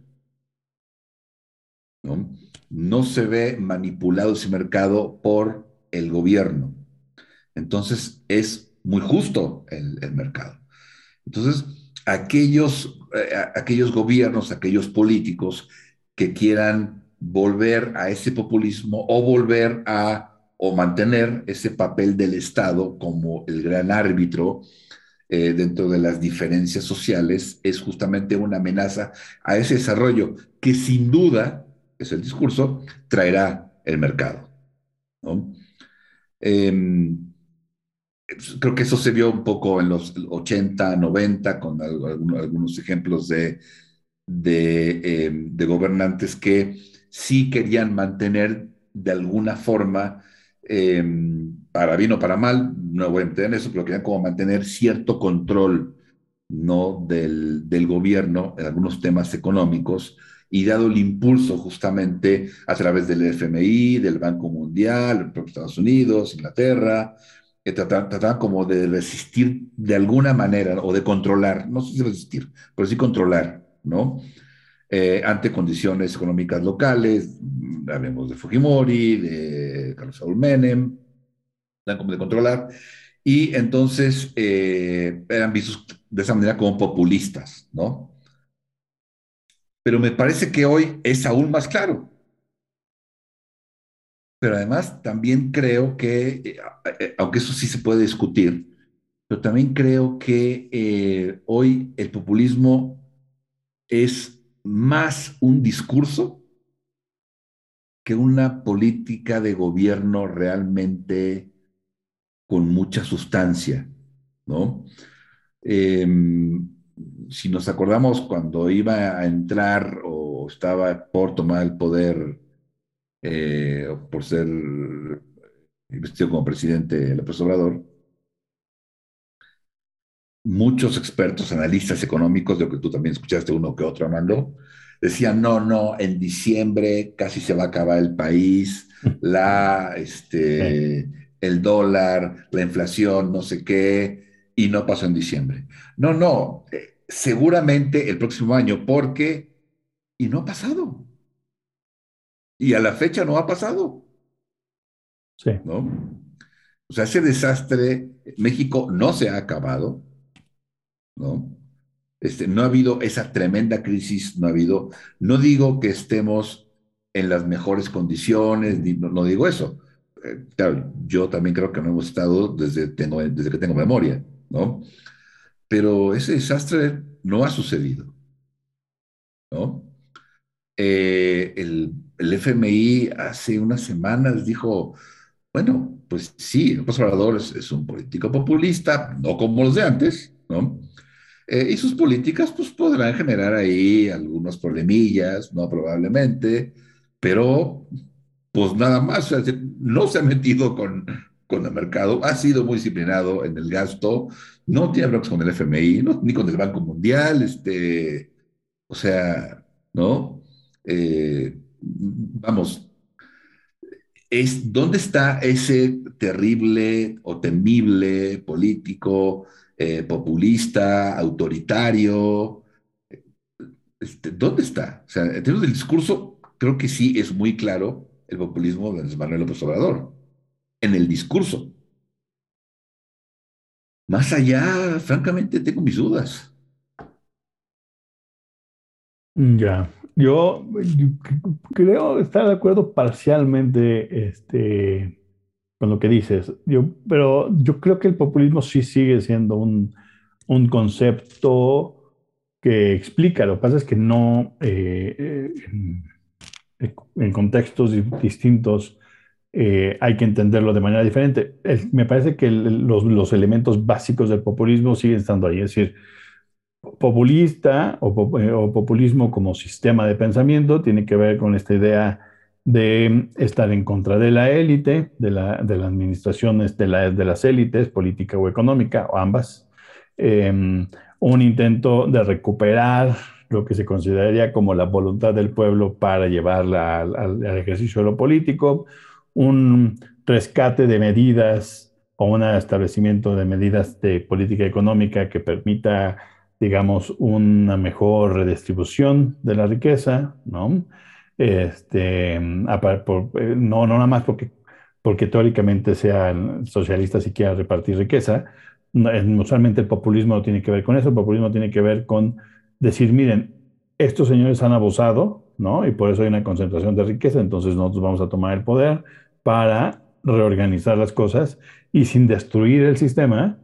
¿no? No se ve manipulado ese mercado por el gobierno. Entonces es muy justo el, el mercado. Entonces, aquellos, eh, aquellos gobiernos, aquellos políticos que quieran volver a ese populismo o volver a o mantener ese papel del Estado como el gran árbitro eh, dentro de las diferencias sociales, es justamente una amenaza a ese desarrollo que sin duda, es el discurso, traerá el mercado, ¿no? Eh, Creo que eso se vio un poco en los ochenta, noventa, con algunos, algunos ejemplos de, de, eh, de, gobernantes que sí querían mantener de alguna forma, eh, para bien o para mal, no voy a meter en eso, pero querían como mantener cierto control, ¿no? del, del gobierno en algunos temas económicos y dado el impulso justamente a través del F M I, del Banco Mundial, el propio Estados Unidos, Inglaterra, que trataban, trataban como de resistir de alguna manera o de controlar, no sé si resistir, pero sí controlar, ¿no? Eh, ante condiciones económicas locales, hablemos de Fujimori, de Carlos Saúl Menem, dan como de controlar, y entonces eh, eran vistos de esa manera como populistas, ¿no? Pero me parece que hoy es aún más claro. Pero además también creo que, eh, eh, aunque eso sí se puede discutir, pero también creo que eh, hoy el populismo es más un discurso que una política de gobierno realmente con mucha sustancia, ¿no? Eh, si nos acordamos cuando iba a entrar o estaba por tomar el poder, eh, por ser investido como presidente López Obrador, muchos expertos, analistas económicos, de lo que tú también escuchaste uno que otro, Armando, decían, no, no, en diciembre casi se va a acabar el país, la, Sí, este, el dólar, la inflación, no sé qué, y no pasó en diciembre. No, no, eh, seguramente el próximo año, porque, y no ha pasado, y a la fecha no ha pasado, sí, ¿no? O sea, ese desastre, México no se ha acabado, ¿no? Este, no ha habido esa tremenda crisis, no ha habido, no digo que estemos en las mejores condiciones, ni- no, no digo eso. Eh, claro, yo también creo que no hemos estado desde, tengo, desde que tengo memoria, ¿no? Pero ese desastre no ha sucedido, ¿no? Eh, el, el F M I hace unas semanas dijo, bueno, pues sí, López Obrador es, es un político populista, no como los de antes, ¿no? Eh, y sus políticas pues podrán generar ahí algunos problemillas, no probablemente, pero pues nada más, o sea, no se ha metido con, con el mercado, ha sido muy disciplinado en el gasto, no tiene broncas con el F M I, no, ni con el Banco Mundial, este, o sea, ¿no? Eh, vamos, es, ¿dónde está ese terrible o temible político eh, populista, autoritario? Este, ¿dónde está? O sea, en términos del discurso, creo que sí es muy claro el populismo de Andrés Manuel López Obrador. En el discurso. Más allá, francamente, tengo mis dudas. ya. Yo, yo c- creo estar de acuerdo parcialmente este, con lo que dices. Yo, pero yo creo que el populismo sí sigue siendo un, un concepto que explica. Lo que pasa es que no, eh, eh, en, en contextos di- distintos, eh, hay que entenderlo de manera diferente. Es- me parece que el- los, los elementos básicos del populismo siguen estando ahí. Es decir, populista o, pop- eh, o populismo como sistema de pensamiento tiene que ver con esta idea de estar en contra de la élite, de la, de las administraciones de, la- de las élites, política o económica, o ambas. Eh, un intento de recuperar lo que se consideraría como la voluntad del pueblo para llevarla al, al- al ejercicio de lo político, un rescate de medidas o un establecimiento de medidas de política económica que permita, digamos, una mejor redistribución de la riqueza, ¿no? Este, apa- por- eh, no, no nada más porque, porque teóricamente sean socialistas y quieran repartir riqueza. No, eh, usualmente el populismo no tiene que ver con eso, el populismo tiene que ver con decir, miren, estos señores han abusado, ¿no? Y por eso hay una concentración de riqueza, entonces nosotros vamos a tomar el poder para reorganizar las cosas y sin destruir el sistema,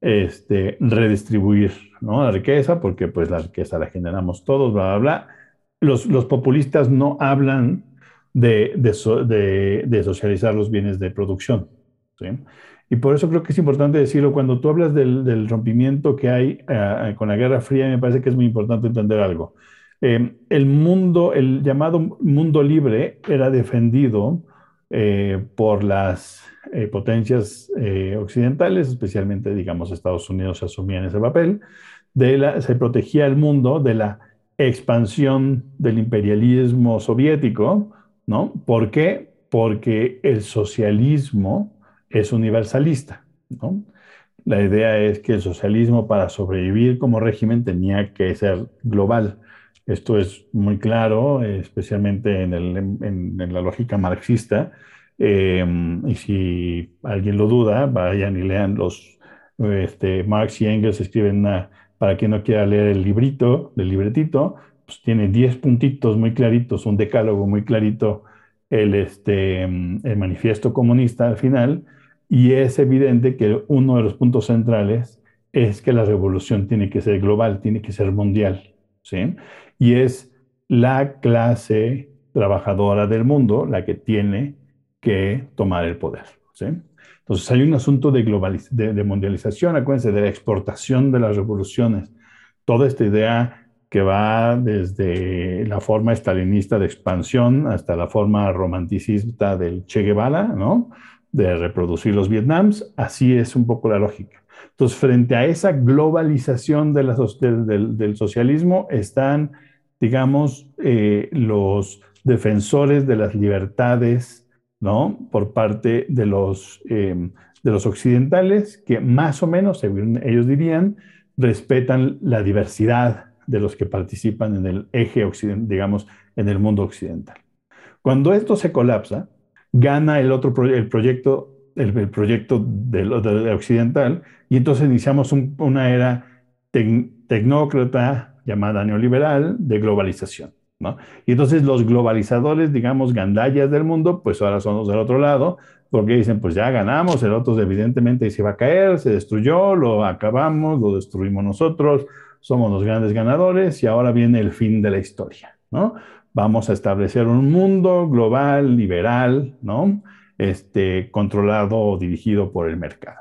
este, redistribuir, ¿no? La riqueza, porque pues la riqueza la generamos todos, bla, bla, bla. Los, los populistas no hablan de, de, so- de- de socializar los bienes de producción, ¿sí? Y por eso creo que es importante decirlo, cuando tú hablas del, del rompimiento que hay eh, con la Guerra Fría, me parece que es muy importante entender algo. Eh, el mundo, el llamado mundo libre, era defendido eh, por las eh, potencias eh, occidentales, especialmente, digamos, Estados Unidos asumían ese papel, de la, se protegía el mundo de la expansión del imperialismo soviético, ¿no? ¿Por qué? Porque el socialismo es universalista, ¿no? La idea es que el socialismo para sobrevivir como régimen tenía que ser global. Esto es muy claro, eh, especialmente en, el- en- en la lógica marxista. Eh, y si alguien lo duda, vayan y lean los, este, Marx y Engels escriben una, para quien no quiera leer el librito, el libretito, pues tiene diez puntitos muy claritos, un decálogo muy clarito, el, este, el manifiesto comunista al final, y es evidente que uno de los puntos centrales es que la revolución tiene que ser global, tiene que ser mundial, ¿sí? Y es la clase trabajadora del mundo la que tiene que tomar el poder, ¿sí? Entonces hay un asunto de, globaliz de, de mundialización, acuérdense, de la exportación de las revoluciones. Toda esta idea que va desde la forma estalinista de expansión hasta la forma romanticista del Che Guevara, ¿no? De reproducir los Vietnams, así es un poco la lógica. Entonces, frente a esa globalización de la, del, del, del, socialismo, están, digamos, eh, los defensores de las libertades, ¿no? Por parte de los, eh, de los occidentales, que más o menos, según ellos dirían, respetan la diversidad de los que participan en el eje occidental, digamos, en el mundo occidental. Cuando esto se colapsa, gana el otro pro el proyecto, el, el proyecto del, del, occidental, y entonces iniciamos un, una era tec tecnócrata llamada neoliberal de globalización, ¿no? Y entonces los globalizadores, digamos, gandallas del mundo, pues ahora son los del otro lado, porque dicen, pues ya ganamos, el otro evidentemente se va a caer, se destruyó, lo acabamos, lo destruimos nosotros, somos los grandes ganadores y ahora viene el fin de la historia, ¿no? Vamos a establecer un mundo global, liberal, ¿no? Este, controlado o dirigido por el mercado.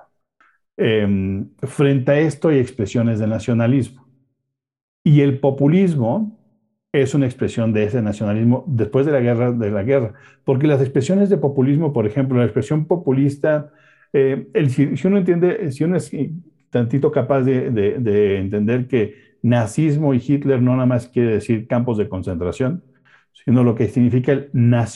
Eh, frente a esto hay expresiones de nacionalismo. Y el populismo es una expresión de ese nacionalismo después de la guerra, de la guerra. Porque las expresiones de populismo, por ejemplo, la expresión populista, eh, el, si, si, uno entiende, si uno es tantito capaz de, de, de entender que nazismo y Hitler no nada más quiere decir campos de concentración, sino lo que significa el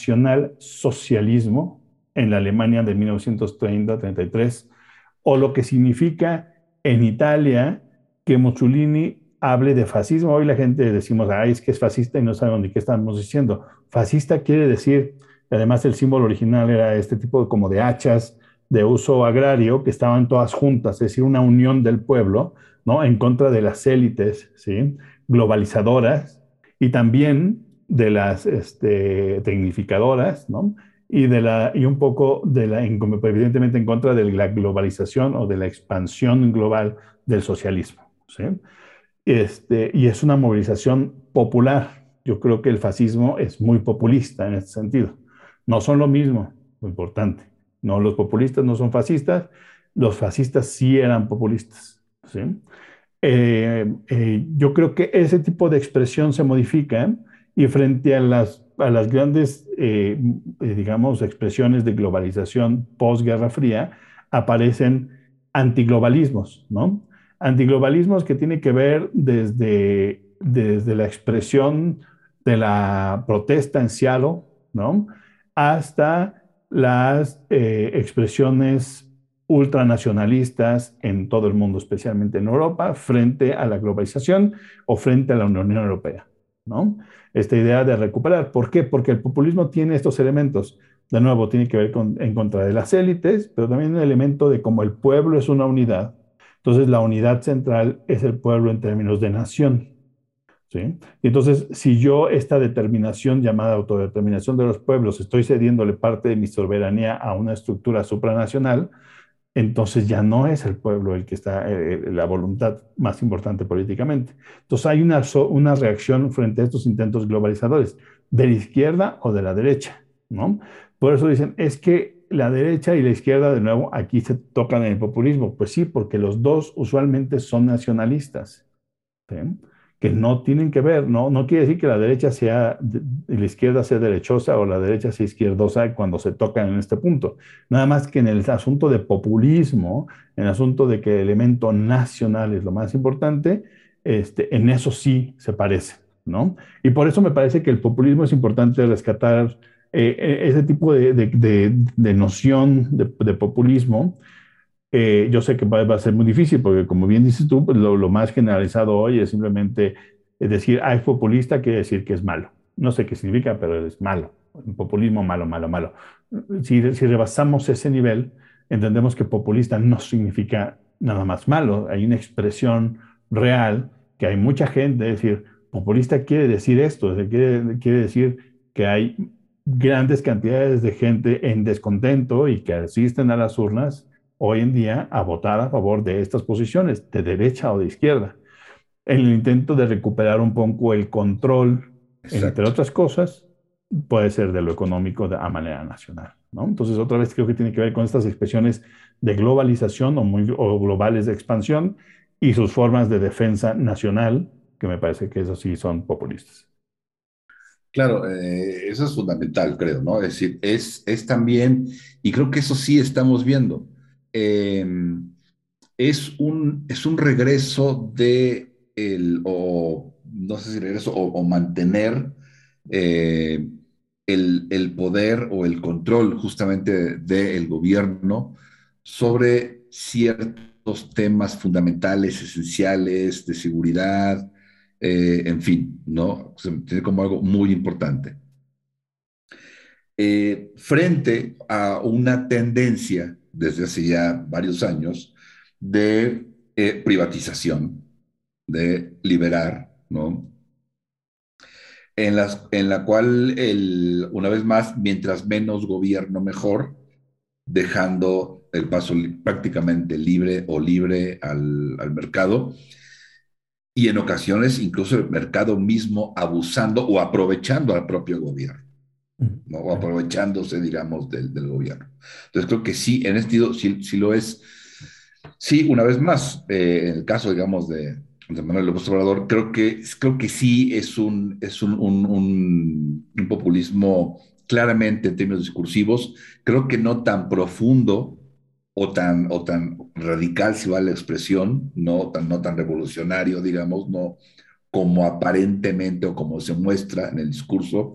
nacionalsocialismo en la Alemania de mil novecientos treinta a treinta y tres, o lo que significa en Italia que Mussolini hable de fascismo. Hoy la gente decimos, ay, es que es fascista y no sabemos ni qué estamos diciendo. Fascista quiere decir, además el símbolo original era este tipo de, como de hachas de uso agrario que estaban todas juntas, es decir, una unión del pueblo, ¿no? En contra de las élites, ¿sí? Globalizadoras y también de las este, tecnificadoras, ¿no? Y, de la, y un poco de la, evidentemente en contra de la globalización o de la expansión global del socialismo, ¿sí? Este, y es una movilización popular. Yo creo que el fascismo es muy populista en este sentido. No son lo mismo, lo importante. No, los populistas no son fascistas, los fascistas sí eran populistas, ¿sí? Eh, eh, yo creo que ese tipo de expresión se modifica y frente a las, a las grandes, eh, eh, digamos, expresiones de globalización post-Guerra Fría, aparecen antiglobalismos, ¿no? Antiglobalismos que tienen que ver desde, desde la expresión de la protesta en Seattle, ¿no? Hasta las eh, expresiones ultranacionalistas en todo el mundo, especialmente en Europa, frente a la globalización o frente a la Unión Europea, ¿no? Esta idea de recuperar. ¿Por qué? Porque el populismo tiene estos elementos. De nuevo, tiene que ver con, en contra de las élites, pero también un elemento de cómo el pueblo es una unidad. Entonces, la unidad central es el pueblo en términos de nación. ¿Sí? Y entonces, si yo esta determinación llamada autodeterminación de los pueblos estoy cediéndole parte de mi soberanía a una estructura supranacional, entonces ya no es el pueblo el que está, eh, la voluntad más importante políticamente. Entonces hay una, so, una reacción frente a estos intentos globalizadores, de la izquierda o de la derecha, ¿no? Por eso dicen, es que la derecha y la izquierda, de nuevo, aquí se tocan en el populismo. Pues sí, porque los dos usualmente son nacionalistas. ¿Sí? Que no tienen que ver, ¿no? No quiere decir que la derecha sea, y la izquierda sea derechosa o la derecha sea izquierdosa cuando se tocan en este punto. Nada más que en el asunto de populismo, en el asunto de que el elemento nacional es lo más importante, este, en eso sí se parece, ¿no? Y por eso me parece que el populismo es importante rescatar eh, eh, ese tipo de, de, de, de noción de, de populismo. Eh, yo sé que va, va, a ser muy difícil porque, como bien dices tú, pues lo, lo, más generalizado hoy es simplemente es decir, ah, es populista, quiere decir que es malo. No sé qué significa, pero es malo. Un populismo malo, malo, malo. Si, si rebasamos ese nivel, entendemos que populista no significa nada más malo. Hay una expresión real que hay mucha gente, es decir, populista quiere decir esto, quiere, quiere decir que hay grandes cantidades de gente en descontento y que asisten a las urnas hoy en día a votar a favor de estas posiciones, de derecha o de izquierda, en el intento de recuperar un poco el control, entre Exacto. otras cosas, puede ser de lo económico de, a manera nacional, ¿no? Entonces, otra vez creo que tiene que ver con estas expresiones de globalización o, muy, o globales de expansión y sus formas de defensa nacional, que me parece que eso sí son populistas. Claro, eh, eso es fundamental, creo, ¿no? Es decir, es, es también, y creo que eso sí estamos viendo, eh, es un, es un regreso de el, o no sé si regreso, o, o mantener eh, el, el poder o el control justamente del gobierno sobre ciertos temas fundamentales, esenciales, de seguridad, eh, en fin, ¿no? Se tiene como algo muy importante. Eh, frente a una tendencia desde hace ya varios años de eh, privatización, de liberar, ¿no? En, las, en la cual, el, una vez más, mientras menos gobierno, mejor, dejando el paso li prácticamente libre o libre al, al mercado y en ocasiones incluso el mercado mismo abusando o aprovechando al propio gobierno, ¿no? O aprovechándose, digamos, del, del gobierno. Entonces creo que sí, en este sentido, sí, sí lo es. Sí, una vez más, eh, en el caso, digamos, de, de Manuel López Obrador, creo que, creo que sí es un, es un, un, un, un populismo claramente en términos discursivos, creo que no tan profundo o tan, o tan radical, si vale la expresión, no tan, no tan revolucionario, digamos, no como aparentemente o como se muestra en el discurso,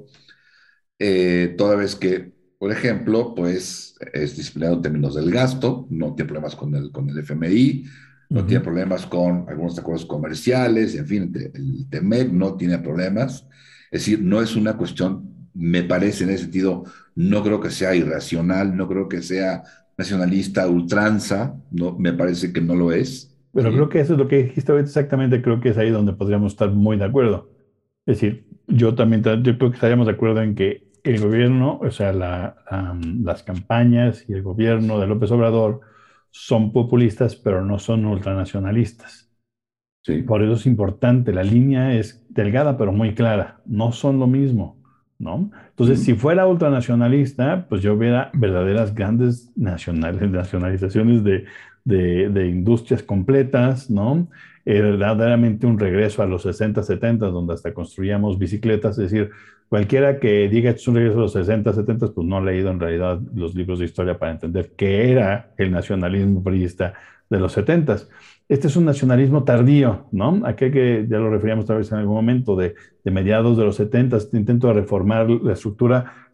eh, toda vez que, por ejemplo, pues es disciplinado en términos del gasto, no tiene problemas con el, con el F M I, Uh no tiene -huh. problemas con algunos acuerdos comerciales, en fin, el T M E C no tiene problemas. Es decir, no es una cuestión, me parece en ese sentido, no creo que sea irracional, no creo que sea nacionalista ultranza, no, me parece que no lo es, Pero creo ¿sí? que eso es lo que dijiste ahorita exactamente, creo que es ahí donde podríamos estar muy de acuerdo. Es decir, yo también ta- yo creo que estaríamos de acuerdo en que el gobierno, o sea, la, la, las campañas y el gobierno de López Obrador son populistas, pero no son ultranacionalistas. Sí. Por eso es importante, la línea es delgada pero muy clara, no son lo mismo, ¿no? Entonces, si Mm. fuera ultranacionalista, pues yo hubiera verdaderas grandes nacionales, nacionalizaciones de, de, de industrias completas, ¿no? Eh, verdaderamente un regreso a los sesenta, setenta, donde hasta construíamos bicicletas, es decir, cualquiera que diga que es un regreso a los sesenta, setenta, pues no ha leído en realidad los libros de historia para entender qué era el nacionalismo priista de los setenta. Este es un nacionalismo tardío, ¿no? Aquel que ya lo referíamos tal vez en algún momento, de, de mediados de los setenta, este intento de reformar la estructura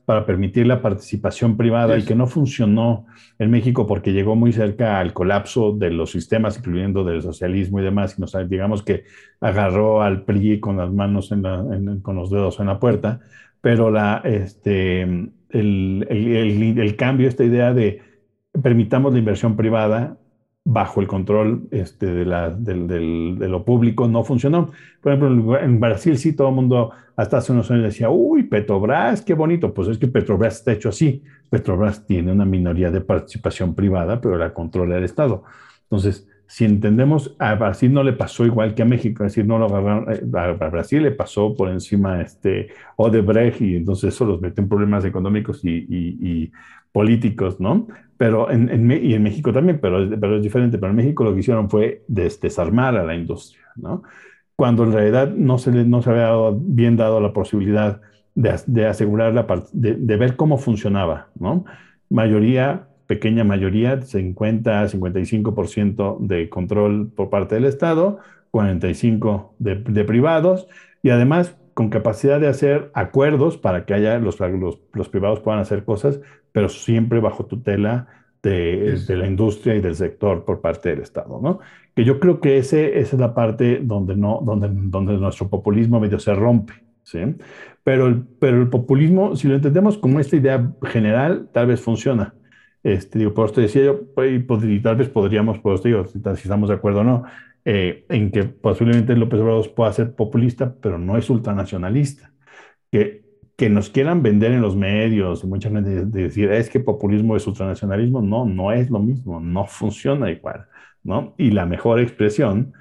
para permitir la participación Así privada y que es. no funcionó en México porque llegó muy cerca al colapso de los sistemas, incluyendo del socialismo y demás, y nos, digamos que agarró al P R I con las manos en la, en, con los dedos en la puerta, pero la, este, el, el, el, el cambio, esta idea de permitamos la inversión privada bajo el control este, de, la, del, del, de, lo público no funcionó. Por ejemplo, en Brasil sí todo el mundo hasta hace unos años decía, uy, Petrobras, qué bonito. Pues es que Petrobras está hecho así. Petrobras tiene una minoría de participación privada, pero la controla el Estado. Entonces, si entendemos, a Brasil no le pasó igual que a México, es decir, no lo agarraron, a Brasil le pasó por encima este Odebrecht y entonces eso los metió en problemas económicos y, y, y políticos, ¿no? Pero en, en, y en México también, pero, pero es diferente. Pero en México lo que hicieron fue des, desarmar a la industria, ¿no? Cuando en realidad no se, le, no se había dado, bien dado la posibilidad de, de asegurar la parte, de, de, ver cómo funcionaba, ¿no? Mayoría, pequeña mayoría, cincuenta a cincuenta y cinco por ciento de control por parte del Estado, cuarenta y cinco por ciento de, de privados, y además con capacidad de hacer acuerdos para que haya los, los, los privados puedan hacer cosas, pero siempre bajo tutela de, Es. de, la industria y del sector por parte del Estado, ¿no? Que yo creo que ese, esa es la parte donde, no, donde, donde nuestro populismo medio se rompe, ¿sí? Pero el, pero el populismo, si lo entendemos como esta idea general, tal vez funciona. Este, digo, por esto decía yo, y, y tal vez podríamos, por esto digo, si, si estamos de acuerdo o no, eh, en que posiblemente López Obrador pueda ser populista, pero no es ultranacionalista. Que, que nos quieran vender en los medios, y mucha gente de, de decir, es que populismo es ultranacionalismo, no, no es lo mismo, no funciona igual, ¿no? Y la mejor expresión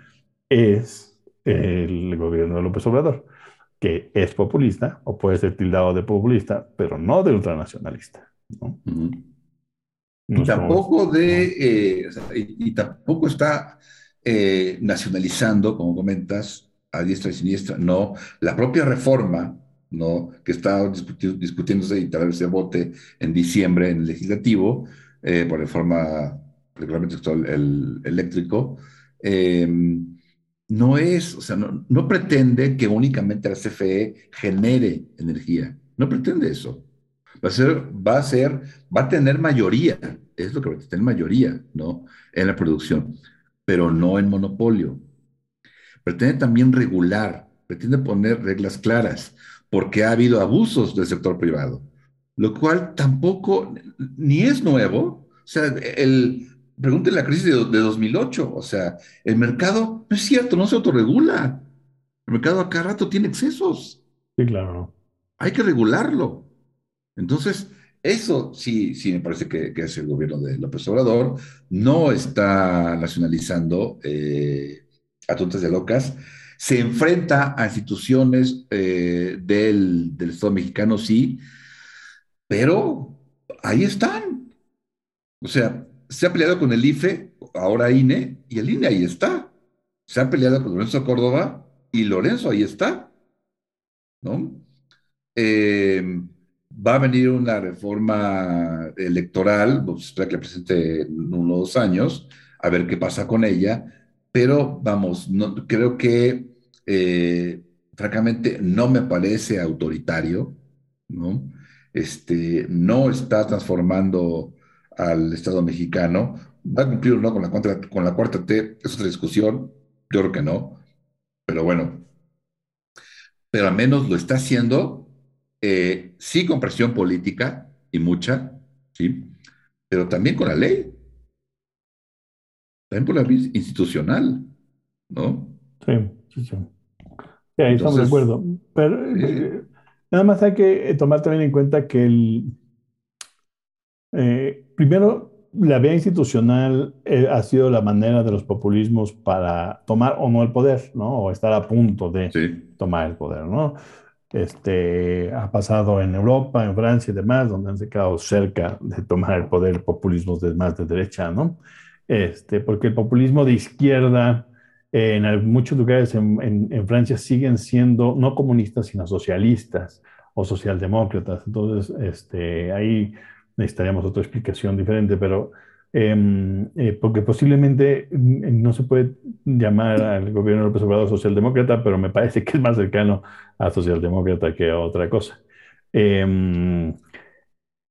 es el gobierno de López Obrador, que es populista o puede ser tildado de populista, pero no de ultranacionalista, ¿no? Uh -huh. No Y es como, tampoco ¿no? de, eh, o sea, y, y, tampoco está eh, nacionalizando, como comentas, a diestra y siniestra. No, la propia reforma, ¿no? Que está discuti discutiéndose y tal vez se vote en diciembre en el legislativo, eh, por reforma reglamento actual el, eléctrico, eh, no es, o sea, no, no pretende que únicamente la C F E genere energía. No pretende eso. Va a ser, va a ser, va a tener mayoría, es lo que va a tener mayoría, ¿no? En la producción, pero no en monopolio. Pretende también regular, pretende poner reglas claras, porque ha habido abusos del sector privado, lo cual tampoco, ni es nuevo. O sea, el, pregúntenle la crisis de, de dos mil ocho, o sea, el mercado, no es cierto, no se autorregula. El mercado a cada rato tiene excesos, Sí, claro, no. hay que regularlo. Entonces, eso sí, sí me parece que, que es el gobierno de López Obrador. No está nacionalizando eh, a tontas de locas. Se enfrenta a instituciones eh, del, del Estado mexicano, sí, pero ahí están. O sea, se ha peleado con el IFE, ahora I N E, y el I N E ahí está. Se ha peleado con Lorenzo Córdoba y Lorenzo ahí está, ¿no? Eh, Va a venir una reforma electoral, pues, espera que la presente en unos años, a ver qué pasa con ella, pero vamos, no, creo que eh, francamente no me parece autoritario, ¿no? Este, no está transformando al Estado mexicano. ¿Va a cumplir o no con la, cuarta- con la cuarta T? Es otra discusión, yo creo que no, pero bueno, pero al menos lo está haciendo, eh, sí con presión política y mucha, sí, pero también con la ley, también por la vía institucional, ¿no? Sí, sí, sí. Sí, ahí estamos de Entonces, acuerdo. Pero eh, eh, nada más hay que eh, tomar también en cuenta que el, Eh, primero, la vía institucional eh, ha sido la manera de los populismos para tomar o no el poder, ¿no? O estar a punto de sí, tomar el poder, ¿no? Este, ha pasado en Europa, en Francia y demás, donde han se quedado cerca de tomar el poder populismos de más de derecha, ¿no? Este, porque el populismo de izquierda eh, en al- muchos lugares en, en- en Francia siguen siendo no comunistas, sino socialistas o socialdemócratas. Entonces, este, ahí necesitaríamos otra explicación diferente, pero em, eh, porque posiblemente mm, no se puede llamar al gobierno de López Obrador socialdemócrata, pero me parece que es más cercano a socialdemócrata que a otra cosa. Eh,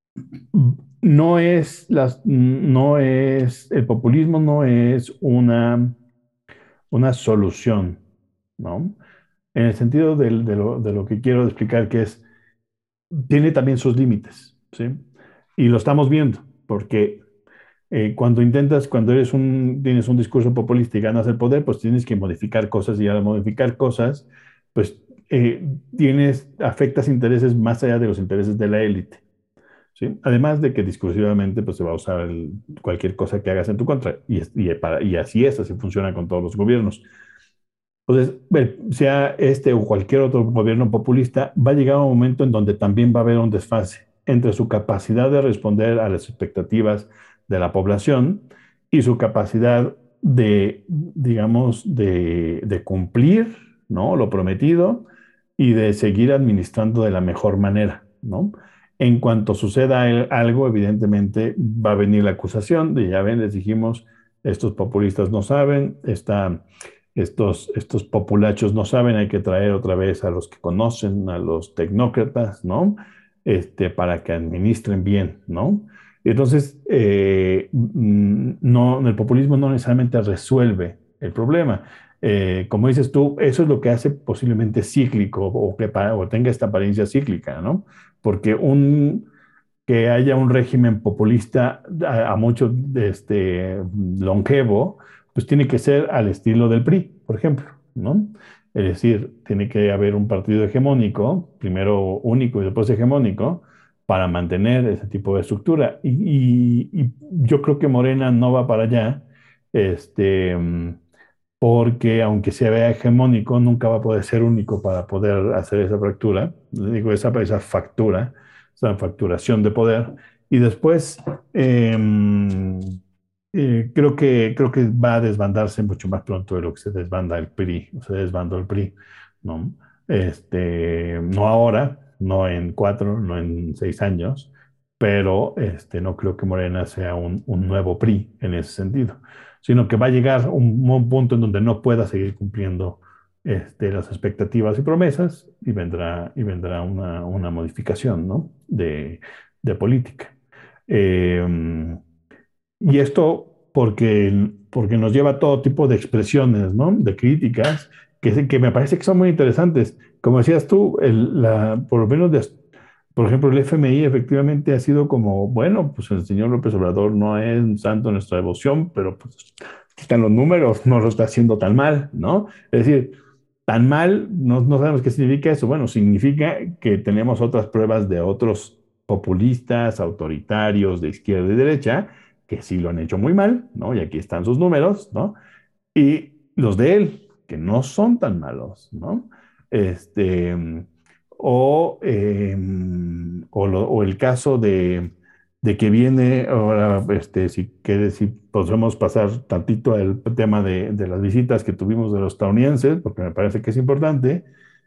No es las, no es, el populismo no es una, una solución, ¿no? En el sentido del- de, lo, de lo que quiero explicar, que es, tiene también sus límites, ¿sí? Y lo estamos viendo, porque eh, cuando intentas, cuando eres un, tienes un discurso populista y ganas el poder, pues tienes que modificar cosas y al modificar cosas, pues eh, tienes, afectas intereses más allá de los intereses de la élite. ¿Sí? Además de que discursivamente pues, se va a usar el- cualquier cosa que hagas en tu contra. Y, es- y, para- y así es, así funciona con todos los gobiernos. Entonces, bueno, sea este o cualquier otro gobierno populista, va a llegar un momento en donde también va a haber un desfase entre su capacidad de responder a las expectativas de la población y su capacidad de, digamos, de, de cumplir, ¿no? Lo prometido y de seguir administrando de la mejor manera, ¿no? En cuanto suceda el- algo, evidentemente va a venir la acusación de, ya ven, les dijimos, estos populistas no saben, está estos, estos populachos no saben, hay que traer otra vez a los que conocen, a los tecnócratas, ¿no? Este, para que administren bien, ¿no? Y entonces, eh, mm, no, el populismo no necesariamente resuelve el problema. Eh, como dices tú, eso es lo que hace posiblemente cíclico o que pa- o tenga esta apariencia cíclica, ¿no? Porque un, que haya un régimen populista a, a mucho este, longevo, pues tiene que ser al estilo del P R I, por ejemplo, ¿no? Es decir, tiene que haber un partido hegemónico, primero único y después hegemónico, para mantener ese tipo de estructura. Y, y- y yo creo que Morena no va para allá, este, porque aunque se vea hegemónico, nunca va a poder ser único para poder hacer esa fractura, digo, esa, esa factura, esa facturación de poder. Y después, eh, eh, creo que, creo que va a desbandarse mucho más pronto de lo que se desbanda el P R I, o se desbandó el P R I, ¿no? Este, no ahora, no en cuatro, no en seis años, pero este, no creo que Morena sea un, un nuevo P R I en ese sentido, sino que va a llegar un, un punto en donde no pueda seguir cumpliendo este, las expectativas y promesas y vendrá, y vendrá una, una modificación, ¿no? de, de política. Eh, y esto porque, porque nos lleva a todo tipo de expresiones, ¿no? De críticas, que, que me parece que son muy interesantes. Como decías tú, el, la, por lo menos, de, por ejemplo, el F M I efectivamente ha sido como, bueno, pues el señor López Obrador no es un santo de nuestra devoción, pero pues aquí están los números, no lo está haciendo tan mal, ¿no? Es decir, tan mal, no, no sabemos qué significa eso. Bueno, significa que tenemos otras pruebas de otros populistas, autoritarios, de izquierda y derecha, que sí lo han hecho muy mal, ¿no? Y aquí están sus números, ¿no? Y los de él, que no son tan malos, ¿no? Este, o, eh, o, lo- o el caso de, de que viene, ahora, este, si quieres, si podemos pasar tantito al tema de, de las visitas que tuvimos de los estadounidenses, porque me parece que es importante,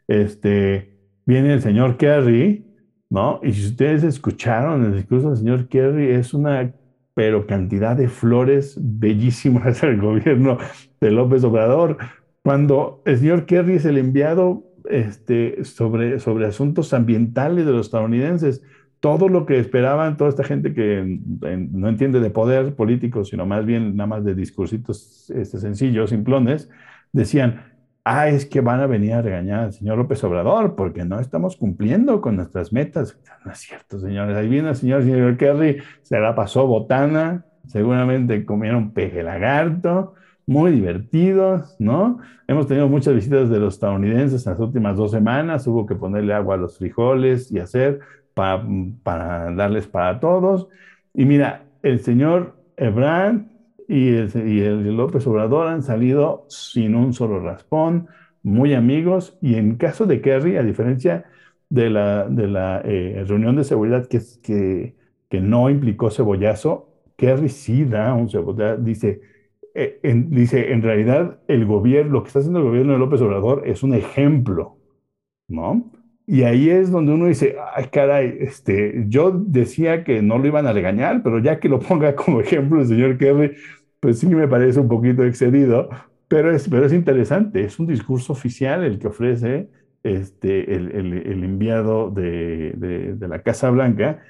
este, viene el señor Kerry, ¿no? Y si ustedes escucharon el discurso del señor Kerry, es una, pero cantidad de flores bellísimas al gobierno de López Obrador, cuando el señor Kerry es el enviado este, sobre, sobre asuntos ambientales de los estadounidenses. Todo lo que esperaban, toda esta gente que en, no entiende de poder político, sino más bien nada más de discursitos este, sencillos, simplones, decían, ah, es que van a venir a regañar al señor López Obrador porque no estamos cumpliendo con nuestras metas. No es cierto, señores. Ahí viene el señor, señor Kerry, se la pasó botana, seguramente comieron peje lagarto, muy divertidos, ¿no? Hemos tenido muchas visitas de los estadounidenses en las últimas dos semanas, hubo que ponerle agua a los frijoles y hacer pa- para darles para todos. Y mira, el señor Ebrard y el, y el López Obrador han salido sin un solo raspón, muy amigos, y en caso de Kerry, a diferencia de la, de la eh, reunión de seguridad que, que, que no implicó cebollazo, Kerry sí da un cebollazo, dice eh, en, dice, en realidad el gobierno, lo que está haciendo el gobierno de López Obrador es un ejemplo, ¿no? Y ahí es donde uno dice, ay, caray, este, yo decía que no lo iban a regañar, pero ya que lo ponga como ejemplo el señor Kerry, pues sí me parece un poquito excedido, pero es, pero es interesante, es un discurso oficial el que ofrece este, el, el- el enviado de, de- de la Casa Blanca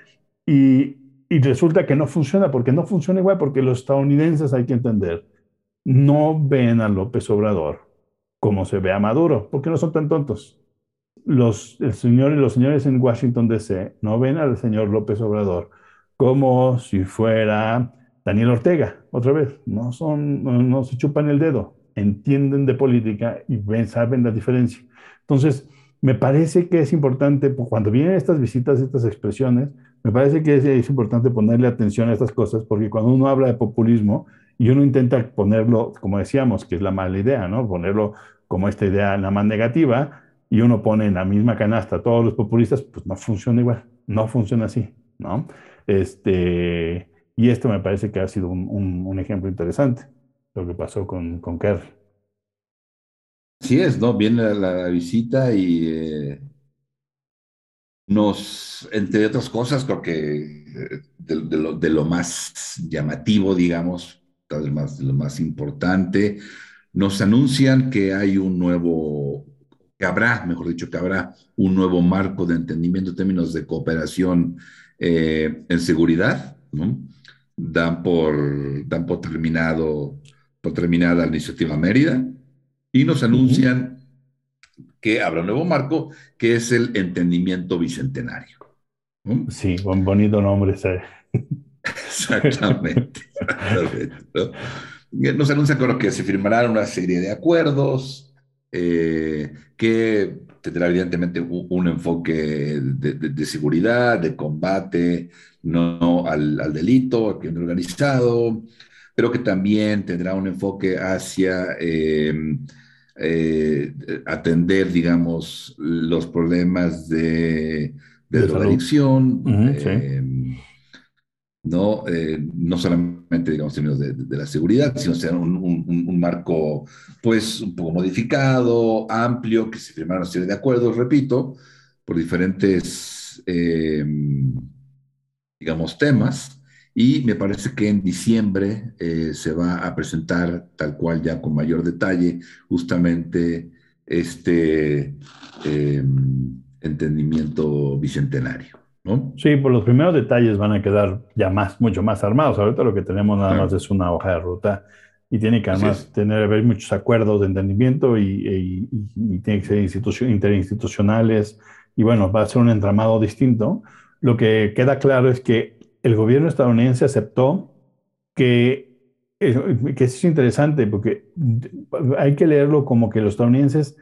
Y, y resulta que no funciona, porque no funciona igual, porque los estadounidenses, hay que entender, no ven a López Obrador como se ve a Maduro, porque no son tan tontos. Los, el señor y los señores en Washington, D C no ven al señor López Obrador como si fuera Daniel Ortega, otra vez. No son, no, no se chupan el dedo, entienden de política y ven, saben la diferencia. Entonces, me parece que es importante, pues, cuando vienen estas visitas, estas expresiones, me parece que es, es importante ponerle atención a estas cosas, porque cuando uno habla de populismo y uno intenta ponerlo, como decíamos, que es la mala idea, ¿no? Ponerlo como esta idea la más negativa, y uno pone en la misma canasta a todos los populistas, pues no funciona igual, no funciona así, ¿no? Este, y esto me parece que ha sido un, un- un ejemplo interesante, lo que pasó con, con Kerry. Sí es, ¿no? Viene la, la visita y eh, nos, entre otras cosas, creo que eh, de, de lo, de lo más llamativo, digamos, tal vez más, de lo más importante, nos anuncian que hay un nuevo, que habrá, mejor dicho, que habrá un nuevo marco de entendimiento en términos de cooperación eh, en seguridad, ¿no? Dan por, dan por terminado, por terminada la iniciativa Mérida y nos Ujú. anuncian que habrá un nuevo marco que es el entendimiento bicentenario, ¿no? Sí, buen bonito nombre ese. Exactamente, exactamente, ¿no? Nos anuncia con lo que se firmarán una serie de acuerdos eh, que tendrá evidentemente un, un enfoque de, de, de, seguridad, de combate, no al, al delito, al crimen organizado, pero que también tendrá un enfoque hacia eh, eh, atender, digamos, los problemas de, de De salud. drogadicción, Ujú, sí, eh, ¿no? Eh, no solamente, digamos, en términos de, de, de la seguridad, sino ser un, un, un, marco, pues, un poco modificado, amplio, que se firmaron una serie de acuerdos, repito, por diferentes, eh, digamos, temas. Y me parece que en diciembre eh, se va a presentar tal cual ya con mayor detalle justamente este eh, entendimiento bicentenario, ¿no? sí, pues los primeros detalles van a quedar ya más, mucho más armados. Ahorita lo que tenemos nada más Claro, es una hoja de ruta y tiene que así además es. tener haber muchos acuerdos de entendimiento y, y, y- y tiene que ser institucio- interinstitucionales y bueno, va a ser un entramado distinto. Lo que queda claro es que el gobierno estadounidense aceptó que, eh, que eso es interesante porque hay que leerlo como que los estadounidenses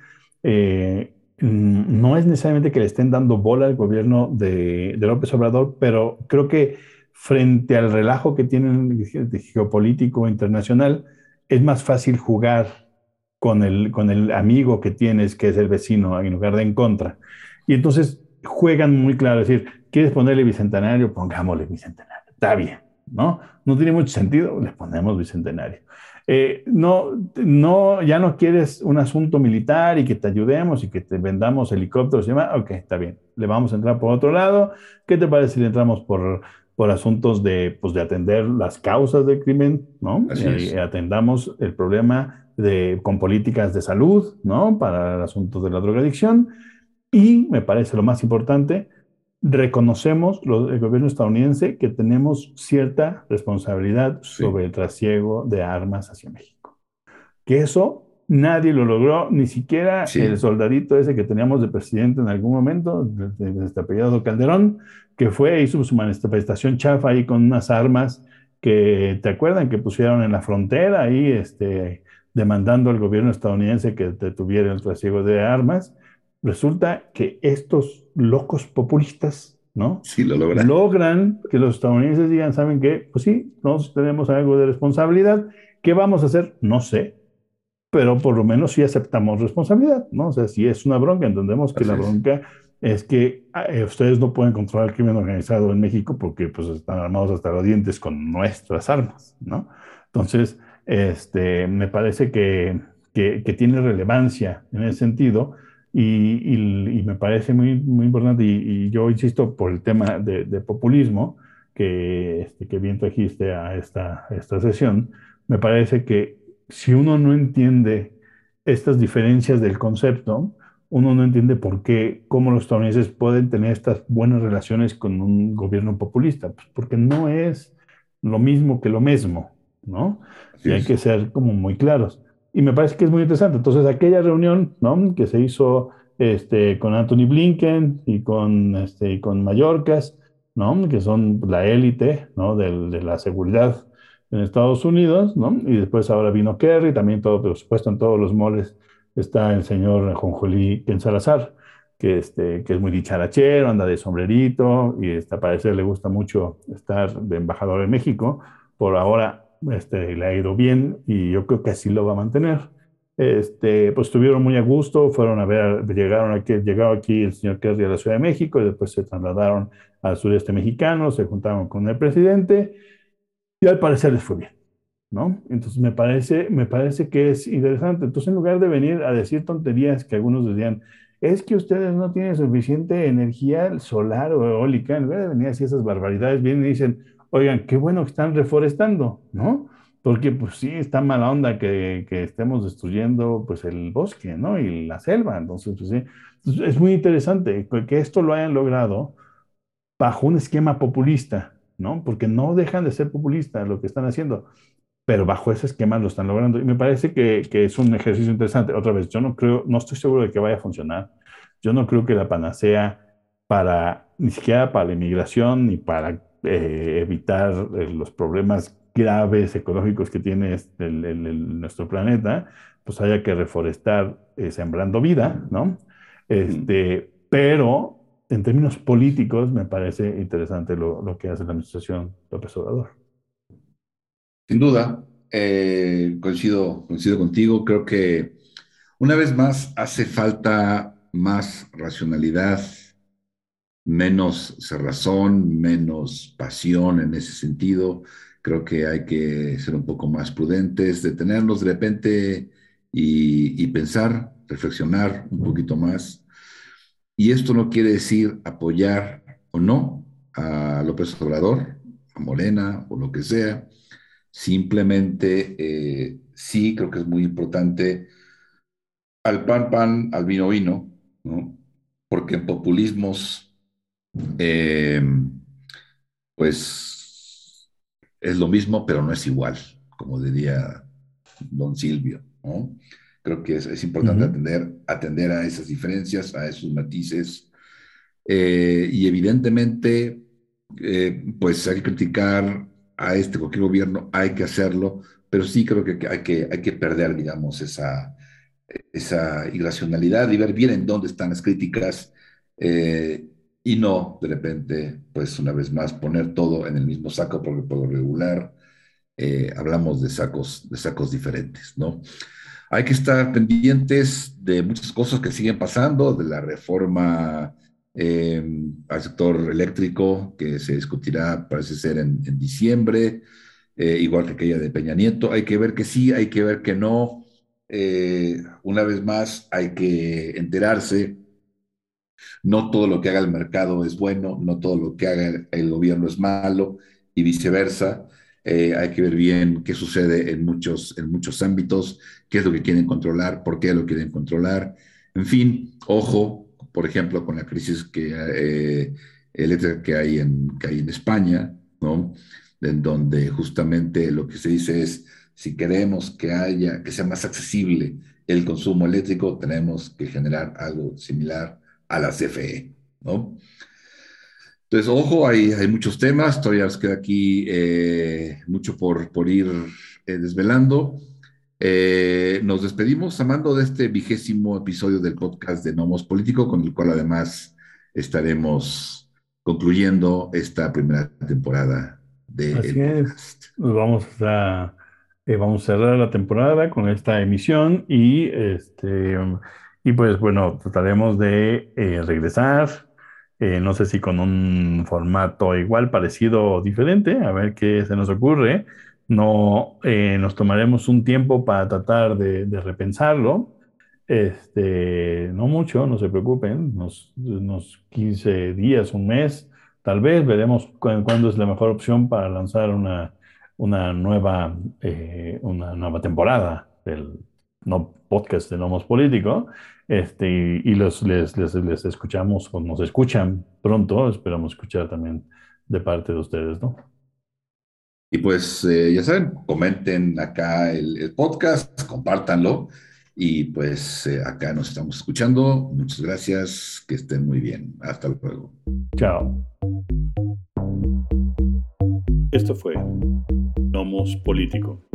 eh, mm, no es necesariamente que le estén dando bola al gobierno de, de López Obrador, pero creo que frente al relajo que tienen de geopolítico internacional, es más fácil jugar con el, con el amigo que tienes, que es el vecino, en lugar de en contra. Y entonces juegan muy claro, es decir, ¿quieres ponerle bicentenario? Pongámosle bicentenario. Está bien, ¿no? No tiene mucho sentido, le ponemos bicentenario. Eh, no, no, ya no quieres un asunto militar y que te ayudemos y que te vendamos helicópteros y demás. Ok, está bien. Le vamos a entrar por otro lado. ¿Qué te parece si le entramos por, por asuntos de, pues, de atender las causas del crimen, ¿no? Así Y, y es. atendamos el problema de, con políticas de salud, ¿no? Para el asunto de la drogadicción. Y me parece lo más importante, reconocemos lo, el gobierno estadounidense que tenemos cierta responsabilidad Sí, sobre el trasiego de armas hacia México. Que eso nadie lo logró, ni siquiera el sí, soldadito ese que teníamos de presidente en algún momento, de, de este apellidado Calderón, que fue, hizo su manifestación chafa ahí con unas armas que, ¿te acuerdan? Que pusieron en la frontera ahí, este, demandando al gobierno estadounidense que detuviera el trasiego de armas. Resulta que estos locos populistas, ¿no? sí lo logra. Logran que los estadounidenses digan, ¿saben qué? Pues sí, nosotros tenemos algo de responsabilidad. ¿Qué vamos a hacer? No sé, pero por lo menos sí aceptamos responsabilidad, ¿no? O sea, si es una bronca, entendemos que la Así es. bronca es que eh, ustedes no pueden controlar el crimen organizado en México porque pues están armados hasta los dientes con nuestras armas, ¿no? Entonces, este, me parece que, que, que tiene relevancia en ese sentido y, y- y me parece muy, muy importante y, y yo insisto por el tema de, de populismo que, este, que bien trajiste a esta, a esta sesión, me parece que si uno no entiende estas diferencias del concepto, uno no entiende por qué, cómo los estadounidenses pueden tener estas buenas relaciones con un gobierno populista, pues porque no es lo mismo que lo mismo, ¿no? Así Y hay es. que ser como muy claros. Y me parece que es muy interesante. Entonces, aquella reunión, ¿no? Que se hizo este, con Anthony Blinken y con, este, y con Mayorkas, ¿no? Que son la élite, ¿no? Del- de la seguridad en Estados Unidos, ¿no? Y después ahora vino Kerry, también todo, por supuesto, en todos los moles está el señor Jonjolí Ken Salazar, que, este, que es muy dicharachero, anda de sombrerito y este, a parecer le gusta mucho estar de embajador en México. Por ahora este, le ha ido bien y yo creo que así lo va a mantener. Este, pues estuvieron muy a gusto, fueron a ver, llegaron aquí, llegó aquí el señor Kerry a la Ciudad de México y después se trasladaron al sureste mexicano, se juntaron con el presidente y al parecer les fue bien, ¿no? Entonces me parece, me parece que es interesante. Entonces, en lugar de venir a decir tonterías que algunos decían, es que ustedes no tienen suficiente energía solar o eólica, en lugar de venir a decir esas barbaridades, vienen y dicen, oigan, qué bueno que están reforestando, ¿no? Porque pues sí, está mala onda que, que estemos destruyendo pues el bosque, ¿no? Y la selva. Entonces, pues sí, entonces, es muy interesante que que esto lo hayan logrado bajo un esquema populista, ¿no? Porque no dejan de ser populistas lo que están haciendo, pero bajo ese esquema lo están logrando. Y me parece que, que es un ejercicio interesante. Otra vez, yo no creo, no estoy seguro de que vaya a funcionar. Yo no creo que la panacea para, ni siquiera para la inmigración, ni para eh, evitar eh, los problemas graves ecológicos que tiene este- el- el- el- nuestro planeta, pues haya que reforestar eh, sembrando vida, ¿no? Ujú. Este, pero en términos políticos me parece interesante lo, lo que hace la administración López Obrador. Sin duda, eh, coincido, coincido contigo. Creo que una vez más hace falta más racionalidad, menos cerrazón, menos pasión en ese sentido. Creo que hay que ser un poco más prudentes, detenernos de repente y, y pensar, reflexionar un poquito más. Y esto no quiere decir apoyar o no a López Obrador, a Morena o lo que sea. Simplemente eh, sí creo que es muy importante al pan pan, al vino vino, ¿no? Porque en populismos eh, pues es lo mismo, pero no es igual, como diría don Silvio, ¿no? Creo que es, es importante Ujú. atender, atender a esas diferencias, a esos matices, eh, y evidentemente, eh, pues hay que criticar a este, cualquier gobierno, hay que hacerlo, pero sí creo que hay que, hay que perder, digamos, esa, esa irracionalidad y ver bien en dónde están las críticas, eh, y no de repente, pues una vez más, poner todo en el mismo saco, porque por lo regular eh, hablamos de sacos, de sacos diferentes, ¿no? Hay que estar pendientes de muchas cosas que siguen pasando, de la reforma eh, al sector eléctrico que se discutirá, parece ser en, en diciembre, eh, igual que aquella de Peña Nieto. Hay que ver que sí, hay que ver que no. Eh, una vez más, hay que enterarse. No todo lo que haga el mercado es bueno, no todo lo que haga el gobierno es malo y viceversa. Eh, hay que ver bien qué sucede en muchos, en muchos ámbitos, qué es lo que quieren controlar, por qué lo quieren controlar. En fin, ojo, por ejemplo, con la crisis que, eh, eléctrica que hay en, que hay en España, ¿no? En donde justamente lo que se dice es, si queremos que haya, que sea más accesible el consumo eléctrico, tenemos que generar algo similar a la C F E, ¿no? Entonces, ojo, hay, hay muchos temas, todavía nos queda aquí eh, mucho por, por ir eh, desvelando. Eh, nos despedimos, Amando, de este vigésimo episodio del podcast de Nomos Político, con el cual además estaremos concluyendo esta primera temporada Así del es. podcast. Nos vamos a, eh, vamos a cerrar la temporada con esta emisión y este y pues bueno, trataremos de eh, regresar. Eh, no sé si con un formato igual, parecido o diferente, a ver qué se nos ocurre. No, eh, nos tomaremos un tiempo para tratar de, de repensarlo. Este, no mucho, no se preocupen, unos, unos quince días, un mes. Tal vez veremos cu- cuándo es la mejor opción para lanzar una, una nueva, eh, una nueva temporada del no podcast de Nomos Político. Este, y, y los, les, les, les escuchamos o nos escuchan pronto, esperamos escuchar también de parte de ustedes, ¿no? Y pues eh, ya saben, comenten acá el, el podcast, compártanlo y pues eh, acá nos estamos escuchando. Muchas gracias, que estén muy bien. Hasta luego. Chao. Esto fue Nomos Político.